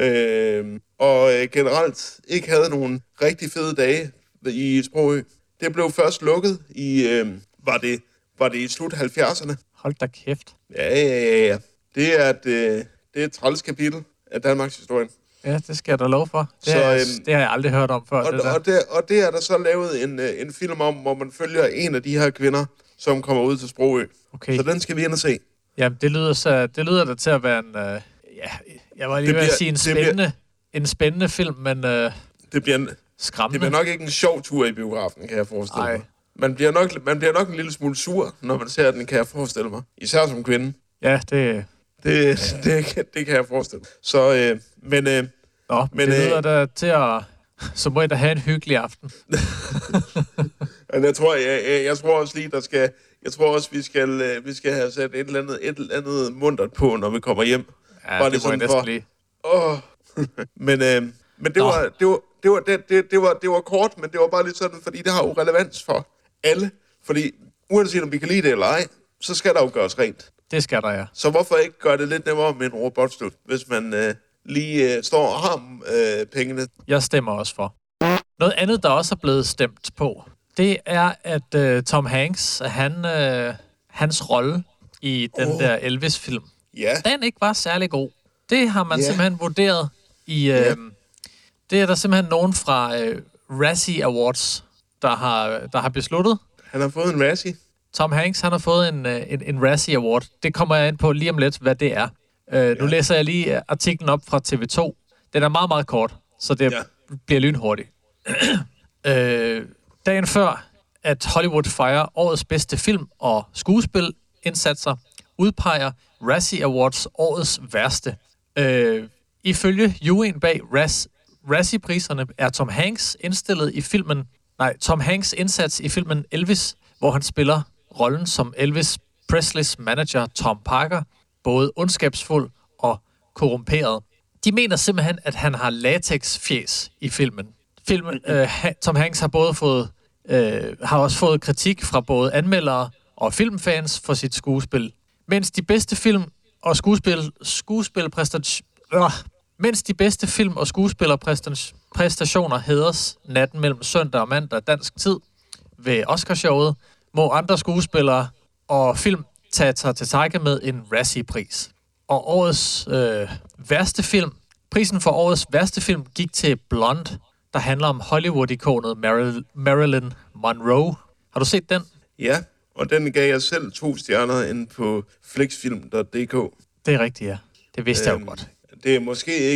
Øh, og øh, generelt ikke havde nogen rigtig fede dage i Sprogø. Det blev først lukket i, øh, var, det, var det i slut halvfjerdserne. Hold da kæft. Ja, ja, ja, ja. Det er et, øh, det er et træls kapitel af Danmarks historie. Ja, det skal jeg da lov for. Det, så, har, jeg, øhm, det har jeg aldrig hørt om før. Og det, der. Og, det, og det er der så lavet en, en film om, hvor man følger en af de her kvinder, som kommer ud til Sprogø. Okay. Så den skal vi ind og se. Jamen, det lyder, så, det lyder da til at være en... Øh, ja, jeg var lige ved at sige en spændende, bliver, en spændende film, men øh, det bliver en, skræmmende. Det bliver nok ikke en sjov tur i biografen, kan jeg forestille Ej. mig. Man bliver, nok, man bliver nok en lille smule sur, når man ser den, kan jeg forestille mig. Især som kvinde. Ja, det... Det, det, det, det kan jeg forestille. Så, øh, men... Øh, Nå, men det lyder øh, da til at... Så må I da have en hyggelig aften. jeg, tror, jeg, jeg, jeg tror også lige, der skal... Jeg tror også, vi skal, øh, vi skal have sat et eller andet, et eller andet muntert på, når vi kommer hjem. Ja, var det, det må jeg næsten lige. Åh. men øh, men det, var, det, var, det, var, det, det, det, var, det var kort, men det var bare lidt sådan, fordi det har jo relevans for alle. Fordi uanset om vi kan lide det eller ej, så skal der jo gøres rent. Det skal der, ja. Så hvorfor ikke gøre det lidt nemmere med en robotstøv, hvis man øh, lige øh, står og har øh, pengene? Jeg stemmer også for. Noget andet, der også er blevet stemt på, det er, at øh, Tom Hanks, han, øh, hans rolle i den oh. der Elvis-film, yeah. den ikke var særlig god. Det har man yeah. simpelthen vurderet i... Øh, yeah. Det er der simpelthen nogen fra øh, Razzie Awards, der har, der har besluttet. Han har fået en Razzie? Tom Hanks, han har fået en, en, en Razzie Award. Det kommer jeg ind på lige om lidt, hvad det er. Uh, ja. Nu læser jeg lige artiklen op fra T V to. Den er meget, meget kort, så det ja. bliver lynhurtigt. uh, dagen før, at Hollywood fejrer årets bedste film og skuespilindsatser, udpeger Razzie Awards årets værste. Uh, ifølge juryen bag Raz, Razzie-priserne er Tom Hanks indstillet i filmen... Nej, Tom Hanks indsats i filmen Elvis, hvor han spiller rollen som Elvis Presleys manager Tom Parker, både ondskabsfuld og korrumperet. De mener simpelthen, at han har latex-fjes i filmen. Filmen øh, Tom Hanks har både fået øh, har også fået kritik fra både anmeldere og filmfans for sit skuespil. Mens de bedste film og skuespil skuespilpræstationer øh, mens de bedste film og skuespillerpræstationer hædres natten mellem søndag og mandag dansk tid ved Oscarshowet, må andre skuespillere og film tage sig til takke med en Razzie-pris. Og årets øh, værste film, prisen for årets værste film gik til Blonde, der handler om Hollywood-ikonet Marilyn, Marilyn Monroe. Har du set den? Ja, og den gav jeg selv to stjerner inde på flixfilm punktum d k. Det er rigtigt, ja. Det vidste øhm, jeg jo godt. Det er måske ikke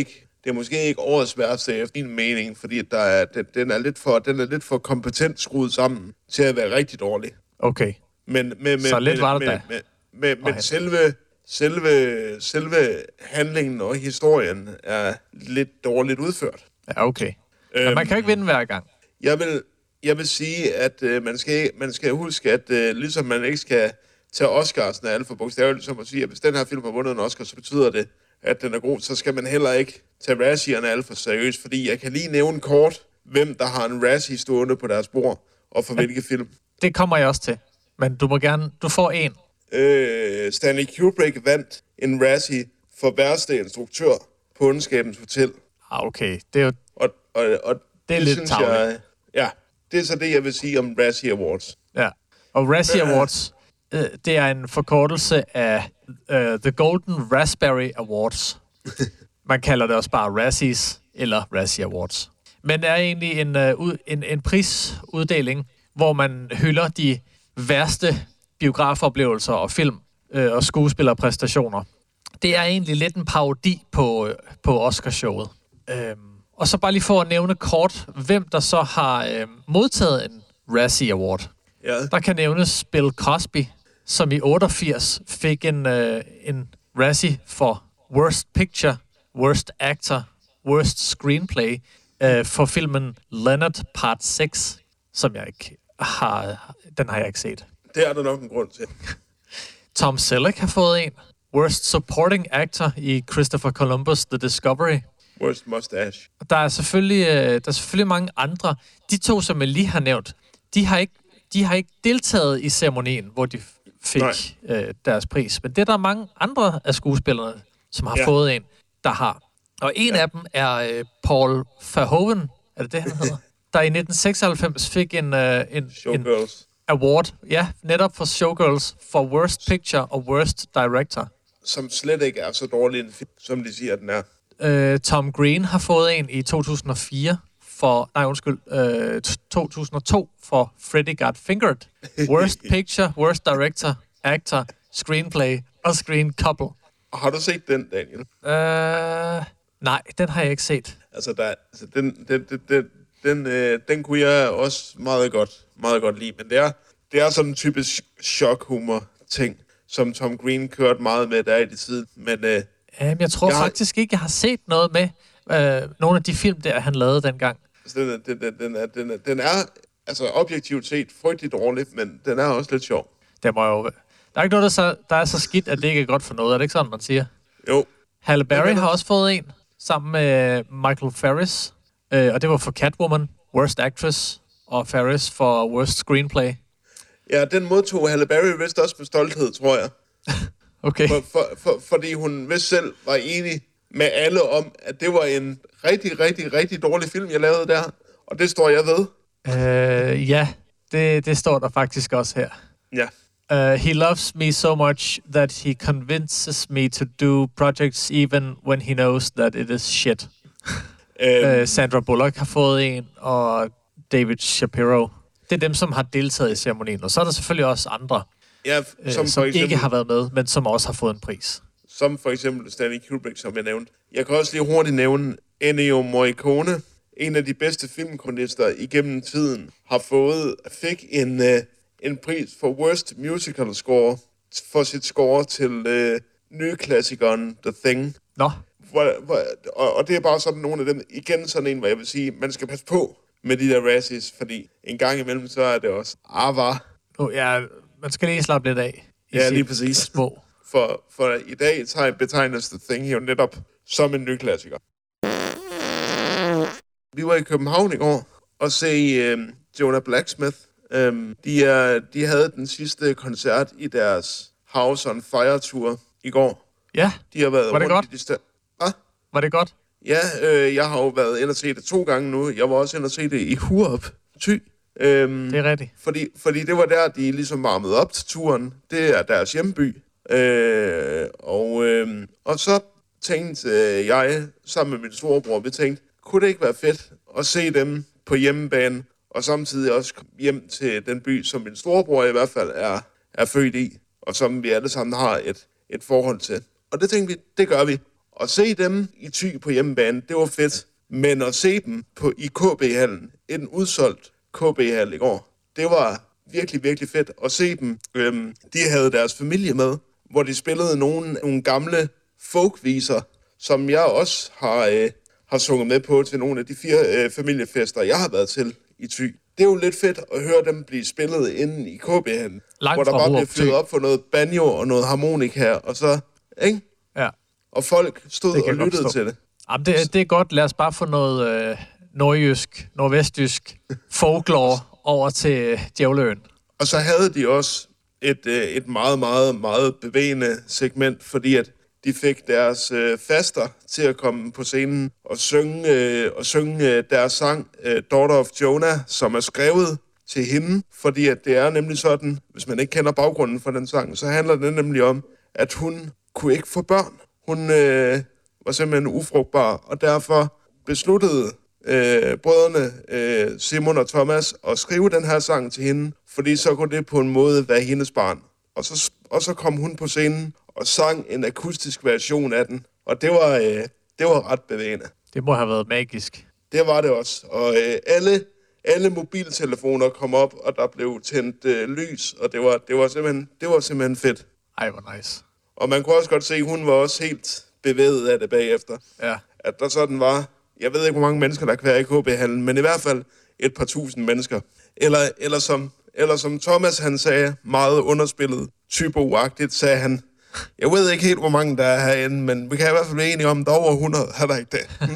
det er måske ikke årets værste efter min mening, fordi der er, den, den, er lidt for, den er lidt for kompetent skruet sammen til at være rigtig dårlig. Okay. Men, med, med, så lidt med, var det med, da. med, med, med, med selve, selve, selve handlingen og historien er lidt dårligt udført. Ja, okay. Men man kan jo ikke vinde hver gang. Jeg vil, jeg vil sige, at øh, man, skal, man skal huske, at øh, ligesom man ikke skal tage Oscarsen af alt for bogstaveligt, som at sige, at hvis den her film har vundet en Oscar, så betyder det, at den er god, så skal man heller ikke tage Razzierne alt for seriøst, fordi jeg kan lige nævne kort, hvem der har en Razzie stående på deres bord, og for ja, hvilke film. Det kommer jeg også til, men du må gerne, du får en. Øh, Stanley Kubrick vandt en Razzie for værste instruktør på Ondskabens Hotel. Ah, okay. Det er jo... Og, og, og det er det, lidt synes tavligt. jeg, ja, det er så det, jeg vil sige om Razzie Awards. Ja, og Razzie Awards, øh, det er en forkortelse af uh, The Golden Raspberry Awards. Man kalder det også bare Razzies eller Razzie Awards. Men det er egentlig en, uh, en, en prisuddeling, hvor man hylder de værste biografoplevelser og film øh, og skuespillerpræstationer. Det er egentlig lidt en parodi på, øh, på Oscarshowet. Øhm, og så bare lige for at nævne kort, hvem der så har øh, modtaget en Razzie Award. Ja. Der kan nævnes Bill Cosby, som i otteogfirs fik en, øh, en Razzie for Worst Picture, Worst Actor, Worst Screenplay øh, for filmen Leonard Part seks, som jeg ikke har, den har jeg ikke set. Det er der nok en grund til. Tom Selleck har fået en. Worst Supporting Actor i Christopher Columbus The Discovery. Worst Mustache. Der er selvfølgelig, der er selvfølgelig mange andre. De to, som jeg lige har nævnt, de har ikke, de har ikke deltaget i ceremonien, hvor de fik øh, deres pris. Men det er der mange andre af skuespillerne, som har ja. fået en, der har. Og en ja. af dem er øh, Paul Verhoeven, er det det, han hedder? Der i nitten seksoghalvfems fik en, øh, en, en award, ja, netop for Showgirls, for Worst Picture og Worst Director. Som slet ikke er så dårlig en film, som de siger, den er. Øh, Tom Green har fået en i to tusind og fire for, nej undskyld, øh, to tusind og to for Freddy Got Fingered. Worst Picture, Worst Director, Actor, Screenplay og Screen Couple. Og har du set den, Daniel? Øh, nej, den har jeg ikke set. Altså, der, altså den, den, den, den, den, øh, den kunne jeg også meget godt, meget godt lide, men det er, det er sådan en typisk chok-humor-ting, som Tom Green kørte meget med der i det tid, men... Øh, Jamen, jeg tror jeg faktisk har... ikke, jeg har set noget med øh, nogle af de film, der han lavede dengang. Altså, den, er, den, den, den, er, den, er, den er, altså objektivt set, frygteligt dårligt, men den er også lidt sjov. Det må jo... Der er ikke noget, der, så, der er så skidt, at det ikke er godt for noget. Er det ikke sådan, man siger? Jo. Halle Berry har også fået en, sammen med Michael Ferris. Øh, og det var for Catwoman, Worst Actress, og Ferris for Worst Screenplay. Ja, den modtog Halle Berry vist også med stolthed, tror jeg. Okay. For, for, for, fordi hun vist selv var enig med alle om, at det var en rigtig, rigtig, rigtig dårlig film, jeg lavede der. Og det står jeg ved. Øh, ja, det, det står der faktisk også her. Ja. Uh, he loves me so much that he convinces me to do projects even when he knows that it is shit. Um. uh, Sandra Bullock har fået en, og David Shapiro. Det er dem, som har deltaget i ceremonien. Og så er der selvfølgelig også andre, ja, som, uh, som som eksempel, ikke har været med, men som også har fået en pris. Som for eksempel Stanley Kubrick, som jeg nævnte. Jeg kan også lige hurtigt nævne Ennio Morricone, en af de bedste filmkomponister igennem tiden, har fået, fik en, uh, en pris for Worst Musical Score for sit score til uh, nyklassikeren The Thing. Nå. Hvor, hvor, og, og det er bare sådan nogle af dem, igen sådan en, hvor jeg vil sige, man skal passe på med de der Razzies, fordi en gang imellem, så er det også avar. Oh, ja, man skal lige slappe lidt af. Ja, lige præcis. Små. For, for i dag betegnes The Thing jo netop som en ny klassiker. Vi var i København i går og se øh, Jonah Blacksmith. Um, de, er, de havde den sidste koncert i deres House on Fire Tour i går. Ja, de har været var det godt? De sta- Hva? Var det godt? Ja, øh, jeg har jo været inde og se det to gange nu. Jeg var også inde og se det i Hurup, Thy. Øhm, det er rigtigt. Fordi, fordi det var der, de ligesom varmede op til turen. Det er deres hjemby. Øh, og, øh, og så tænkte øh, jeg, sammen med min storebror, vi tænkte, kunne det ikke være fedt at se dem på hjemmebane, og samtidig også komme hjem til den by, som min storebror i hvert fald er, er født i, og som vi alle sammen har et, et forhold til. Og det tænkte vi, det gør vi. at se dem i Thy på hjemmebane, det var fedt. Men at se dem på, i K B-hallen, en udsolgt K B-hal i går, det var virkelig, virkelig fedt at se dem. Øhm, de havde deres familie med, hvor de spillede nogle, nogle gamle folkviser, som jeg også har, øh, har sunget med på til nogle af de fire øh, familiefester, jeg har været til i Thy. Det er jo lidt fedt at høre dem blive spillet inde i K B-hallen, hvor der bare bliver fyret op for noget banjo og noget harmonika, og så, ikke? Ja. Og folk stod og lyttede til det. Jamen, det, det er godt. Lad os bare få noget øh, nordjysk, nordvestjysk folklore over til Djævleøen. Og så havde de også et, øh, et meget, meget, meget bevægende segment, fordi at de fik deres øh, faster til at komme på scenen og synge, øh, og synge øh, deres sang, øh, Daughter of Jonah, som er skrevet til hende. Fordi at det er nemlig sådan, hvis man ikke kender baggrunden for den sang, så handler det nemlig om, at hun kunne ikke få børn. Hun øh, var simpelthen ufrugtbar, og derfor besluttede øh, brødrene øh, Simon og Thomas at skrive den her sang til hende, fordi så kunne det på en måde være hendes barn. Og så, og så kom hun på scenen og sang en akustisk version af den, og det var, øh, det var ret bevægende. Det må have været magisk. Det var det også, og øh, alle, alle mobiltelefoner kom op, og der blev tændt øh, lys, og det var, det, var simpelthen, det var simpelthen fedt. Ej, hvor nice. Og man kunne også godt se, at hun var også helt bevæget af det bagefter. Ja. At der sådan var, jeg ved ikke, hvor mange mennesker, der kan være i K B-hallen, men i hvert fald et par tusind mennesker. Eller, eller, som, eller som Thomas, han sagde, meget underspillet, typo-agtigt, sagde han, jeg ved ikke helt, hvor mange der er herinde, men vi kan i hvert fald være enige om, at der er over hundrede, er der ikke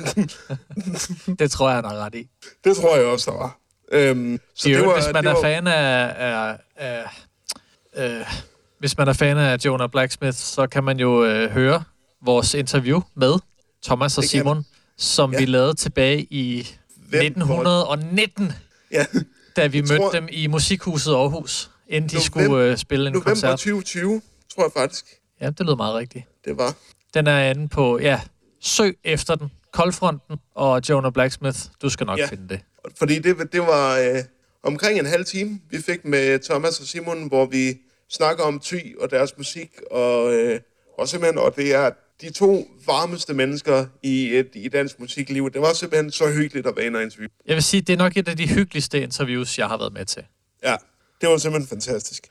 det? Det tror jeg, han har ret i. Det tror jeg også, der var. Øhm, så det det var, hvis man det er var... fan af... af, af øh, hvis man er fan af Jonah Blacksmith, så kan man jo øh, høre vores interview med Thomas og Simon, som ja. vi lavede tilbage i Hvem, nitten nitten, ja. da vi mødte tror... dem i Musikhuset Aarhus, inden de November, skulle øh, spille en november koncert. November tyve tyve, tror jeg faktisk. Ja, det lød meget rigtigt. Det var. Den er inde på, ja, søg efter den. Koldfronten og Jonah Blacksmith. Du skal nok ja. finde det. Fordi det, det var øh, omkring en halv time, vi fik med Thomas og Simon, hvor vi snakker om Thy og deres musik, og, øh, og simpelthen, og det er de to varmeste mennesker i, et, i dansk musikliv. Det var simpelthen så hyggeligt at være inde og interview. Jeg vil sige, det er nok et af de hyggeligste interviews, jeg har været med til. Ja, det var simpelthen fantastisk.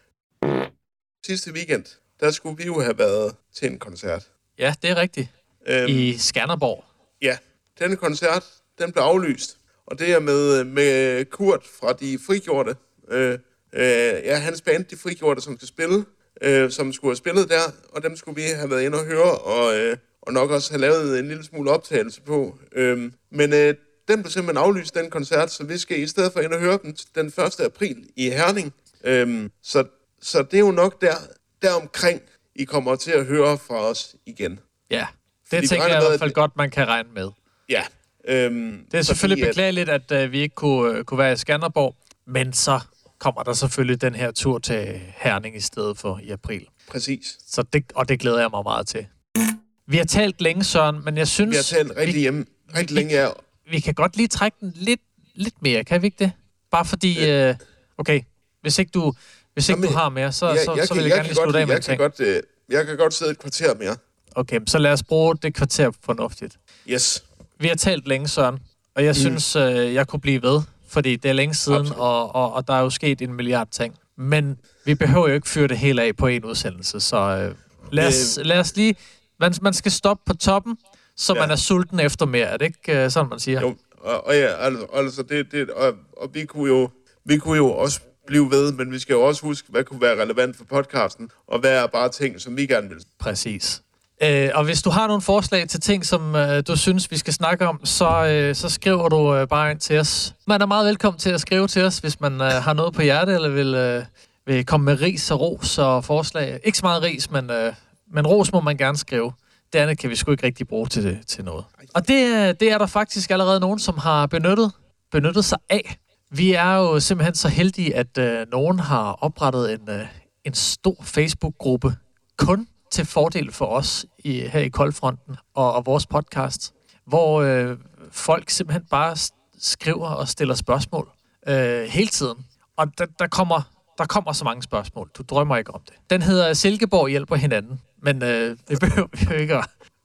Sidste weekend, der skulle vi jo have været til en koncert. Ja, det er rigtigt. Øhm, I Skanderborg. Ja, denne koncert, den blev aflyst. Og det er med, med Kurt fra De Frigjorte. Øh, øh, ja, hans band, De Frigjorte, som skal spille, øh, som skulle have spillet der. Og dem skulle vi have været inde og høre, og, øh, og nok også have lavet en lille smule optagelse på. Øh, men øh, den blev simpelthen aflyst, den koncert, så vi skal i stedet for ind og høre den den første april i Herning. Øh, så, så det er jo nok der, der omkring, I kommer til at høre fra os igen. Ja, det fordi tænker jeg i hvert fald godt, man kan regne med. Ja. Øhm, det er selvfølgelig fordi, beklageligt, at, at uh, vi ikke kunne, uh, kunne være i Skanderborg, men så kommer der selvfølgelig den her tur til Herning i stedet for i april. Præcis. Så det, og det glæder jeg mig meget til. Vi har talt længe, Søren, men jeg synes... Vi har talt rigtig, vi, hjemme, rigtig vi, længe, ja. Vi kan godt lige trække den lidt, lidt mere, kan vi ikke det? Bare fordi... Øh, okay, hvis ikke du, hvis ikke Jamen, du har mere, så, jeg, så, jeg så vil jeg, jeg gerne lige slutte af med jeg kan godt, øh, Jeg kan godt sidde et kvarter mere. Okay, så lad os bruge det kvarter fornuftigt. Yes. Vi har talt længe, Søren, og jeg mm. synes, øh, jeg kunne blive ved, fordi det er længe siden, og, og, og der er jo sket en milliard ting. Men vi behøver jo ikke fyre det hele af på en udsendelse, så øh, lad, os, øh. lad os lige... Man, man skal stoppe på toppen, så ja. man er sulten efter mere. Er det ikke øh, sådan, man siger? Jo, og, og ja, altså, altså det, det, og, og vi kunne jo vi kunne jo også blive ved, men vi skal jo også huske, hvad kunne være relevant for podcasten, og hvad er bare ting, som vi gerne vil. Præcis. Øh, og hvis du har nogle forslag til ting, som øh, du synes, vi skal snakke om, så, øh, så skriver du øh, bare ind til os. Man er meget velkommen til at skrive til os, hvis man øh, har noget på hjerte, eller vil, øh, vil komme med ris og ros og forslag. Ikke så meget ris, men, øh, men ros må man gerne skrive. Det andet kan vi sgu ikke rigtig bruge til, det, til noget. Og det, det er der faktisk allerede nogen, som har benyttet, benyttet sig af. Vi er jo simpelthen så heldige, at øh, nogen har oprettet en, øh, en stor Facebook-gruppe kun til fordel for os i, her i Koldfronten og, og vores podcast, hvor øh, folk simpelthen bare skriver og stiller spørgsmål øh, hele tiden. Og der, der, kommer, der kommer så mange spørgsmål. Du drømmer ikke om det. Den hedder Silkeborg hjælper hinanden, men øh, det behøver vi jo ikke at,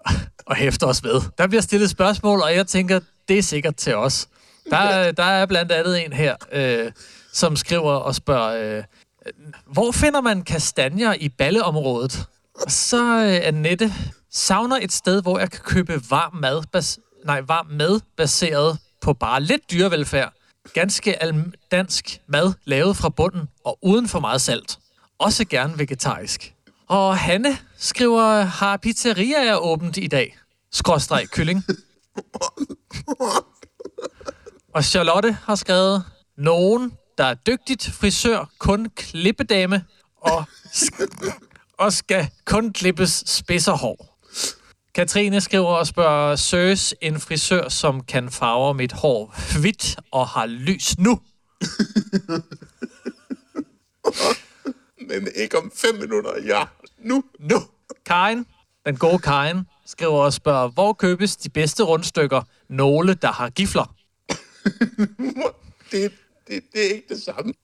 og hæfter os ved. Der bliver stillet spørgsmål, og jeg tænker, det er sikkert til os. Der, der er blandt andet en her, øh, som skriver og spørger, øh, hvor finder man kastanjer i balleområdet? Og så øh, Annette savner et sted, hvor jeg kan købe varm mad, bas- nej, varm mad baseret på bare lidt dyrevelfærd. Ganske al- dansk mad lavet fra bunden og uden for meget salt. Også gerne vegetarisk. Og Hanne skriver, har pizzeriaer åbent i dag? Skråstreg kylling. Og Charlotte har skrevet, nogen, der er dygtigt frisør, kun klippedame og, og skal kun klippes spidserhår. Katrine skriver og spørger, søges en frisør, som kan farve mit hår hvidt og har lys nu? Men ikke om fem minutter, ja. Nu. Nu. Karin, den gode Karin, skriver og spørger, hvor købes de bedste rundstykker? Nogle, der har gifler. det, det, det er ikke det samme.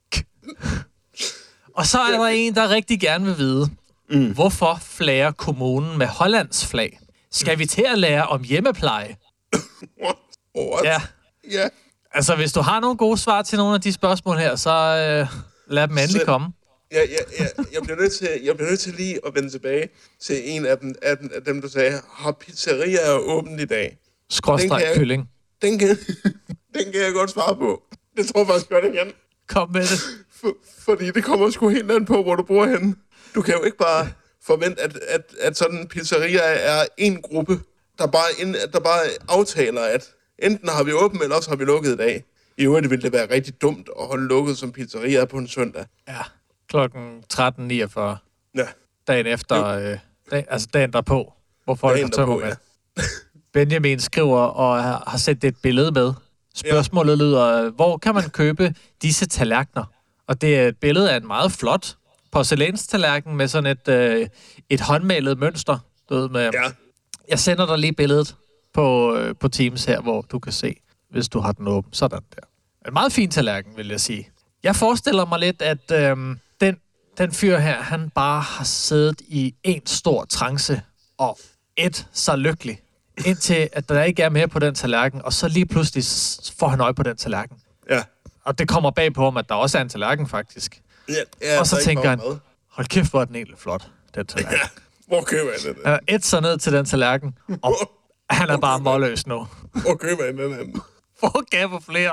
Og så er der en, der rigtig gerne vil vide, mm. hvorfor flager kommunen med Hollands flag? Skal vi til at lære om hjemmepleje? What? Ja. Ja. Altså, hvis du har nogle gode svar til nogle af de spørgsmål her, så øh, lad dem endelig komme. Ja, ja, ja, jeg bliver nødt til, jeg bliver nødt til lige at vende tilbage til en af dem, af dem, af dem du sagde, har pizzeriaer åbent i dag? Skråstreg kylling. Den kan, den kan jeg godt svare på. Det tror jeg faktisk godt igen. Kom med det. For, fordi det kommer sgu helt an på, hvor du bor henne. Du kan jo ikke bare forvente, at, at, at sådan en pizzeria er en gruppe, der bare, der bare aftaler, at enten har vi åbent, eller også har vi lukket i dag. I øvrigt ville det være rigtig dumt at holde lukket som pizzeria på en søndag. Ja, klokken tretten niogfyrre. Ja. Dagen efter, øh, dag, altså dagen derpå, hvor folk har tømmer med. Ja. Benjamin skriver og har, har sendt et billede med. Spørgsmålet ja. lyder, hvor kan man købe disse tallerkener? Og det er et billede af en meget flot porcelænstallerken med sådan et, øh, et håndmalet mønster. Du ved, med, ja. Jeg sender dig lige billedet på, øh, på Teams her, hvor du kan se, hvis du har den åben. Sådan der. En meget fin tallerken, vil jeg sige. Jeg forestiller mig lidt, at øh, den, den fyr her, han bare har siddet i en stor trance og et så lykkelig, indtil at der ikke er mere på den tallerken, og så lige pludselig får han øje på den tallerken. Ja. Og det kommer bag på ham, at der også er en tallerken, faktisk. Ja, ja, og så tænker han, hold kæft, hvor er den egentlig flot, den tallerken. Ja. Hvor køber jeg den? Han er et så ned til den tallerken, og han er bare målløs nu. Hvor køber jeg den anden? Hvor gav flere?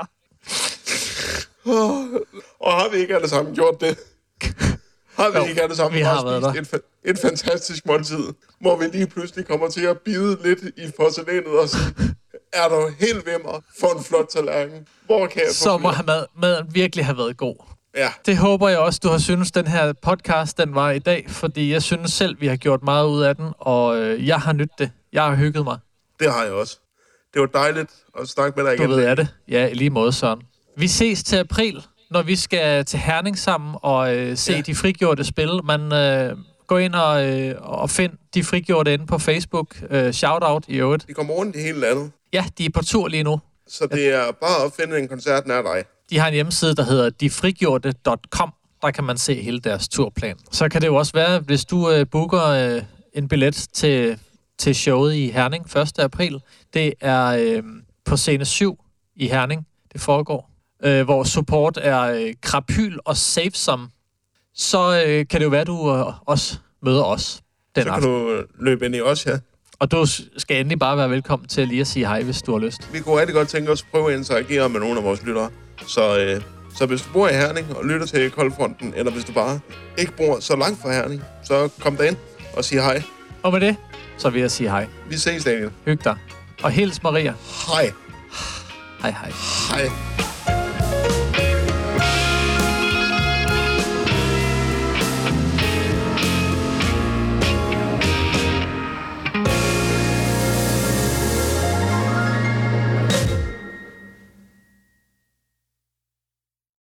Oh, og har vi ikke alle sammen gjort det? Har vi jo, ikke alle sammen vi har været der. Et, et fantastisk måltid, hvor vi lige pludselig kommer til at bide lidt i porcelænet og sige, er du helt ved mig for en flot tallerken? Hvor kan jeg få Så må mad, maden virkelig have været god. Ja. Det håber jeg også, du har synes, den her podcast, den var i dag, fordi jeg synes selv, vi har gjort meget ud af den, og øh, jeg har nydt det. Jeg har hygget mig. Det har jeg også. Det var dejligt at snakke med dig igen. Du ved af det. Ja, i lige måde, Søren. Vi ses til april, når vi skal til Herning sammen og øh, se ja. de frigjorte spil. Man øh, gå ind og, øh, og find de frigjorte inde på Facebook. Øh, shout-out i øvrigt. De kommer rundt i hele landet. Ja, de er på tur lige nu. Så det er bare at finde en koncert nær dig. De har en hjemmeside, der hedder de frigjorte punktum com. Der kan man se hele deres turplan. Så kan det jo også være, hvis du øh, booker øh, en billet til, til showet i Herning første april. Det er øh, på scene syv i Herning, det foregår. Øh, hvor support er øh, Krapyl og Safesome. Så øh, kan det jo være, at du øh, også møder os den Så aften. kan du løbe ind i os, ja. Og du skal endelig bare være velkommen til lige at sige hej, hvis du har lyst. Vi kunne rigtig godt tænke os at prøve at interagere med nogle af vores lyttere. Så, øh, så hvis du bor i Herning og lytter til Koldfronten, eller hvis du bare ikke bor så langt fra Herning, så kom derind og sig hej. Og med det, så vil jeg sige hej. Vi ses, Daniel. Hyg dig. Og hils Maria. Hej. Hej, hej. Hej.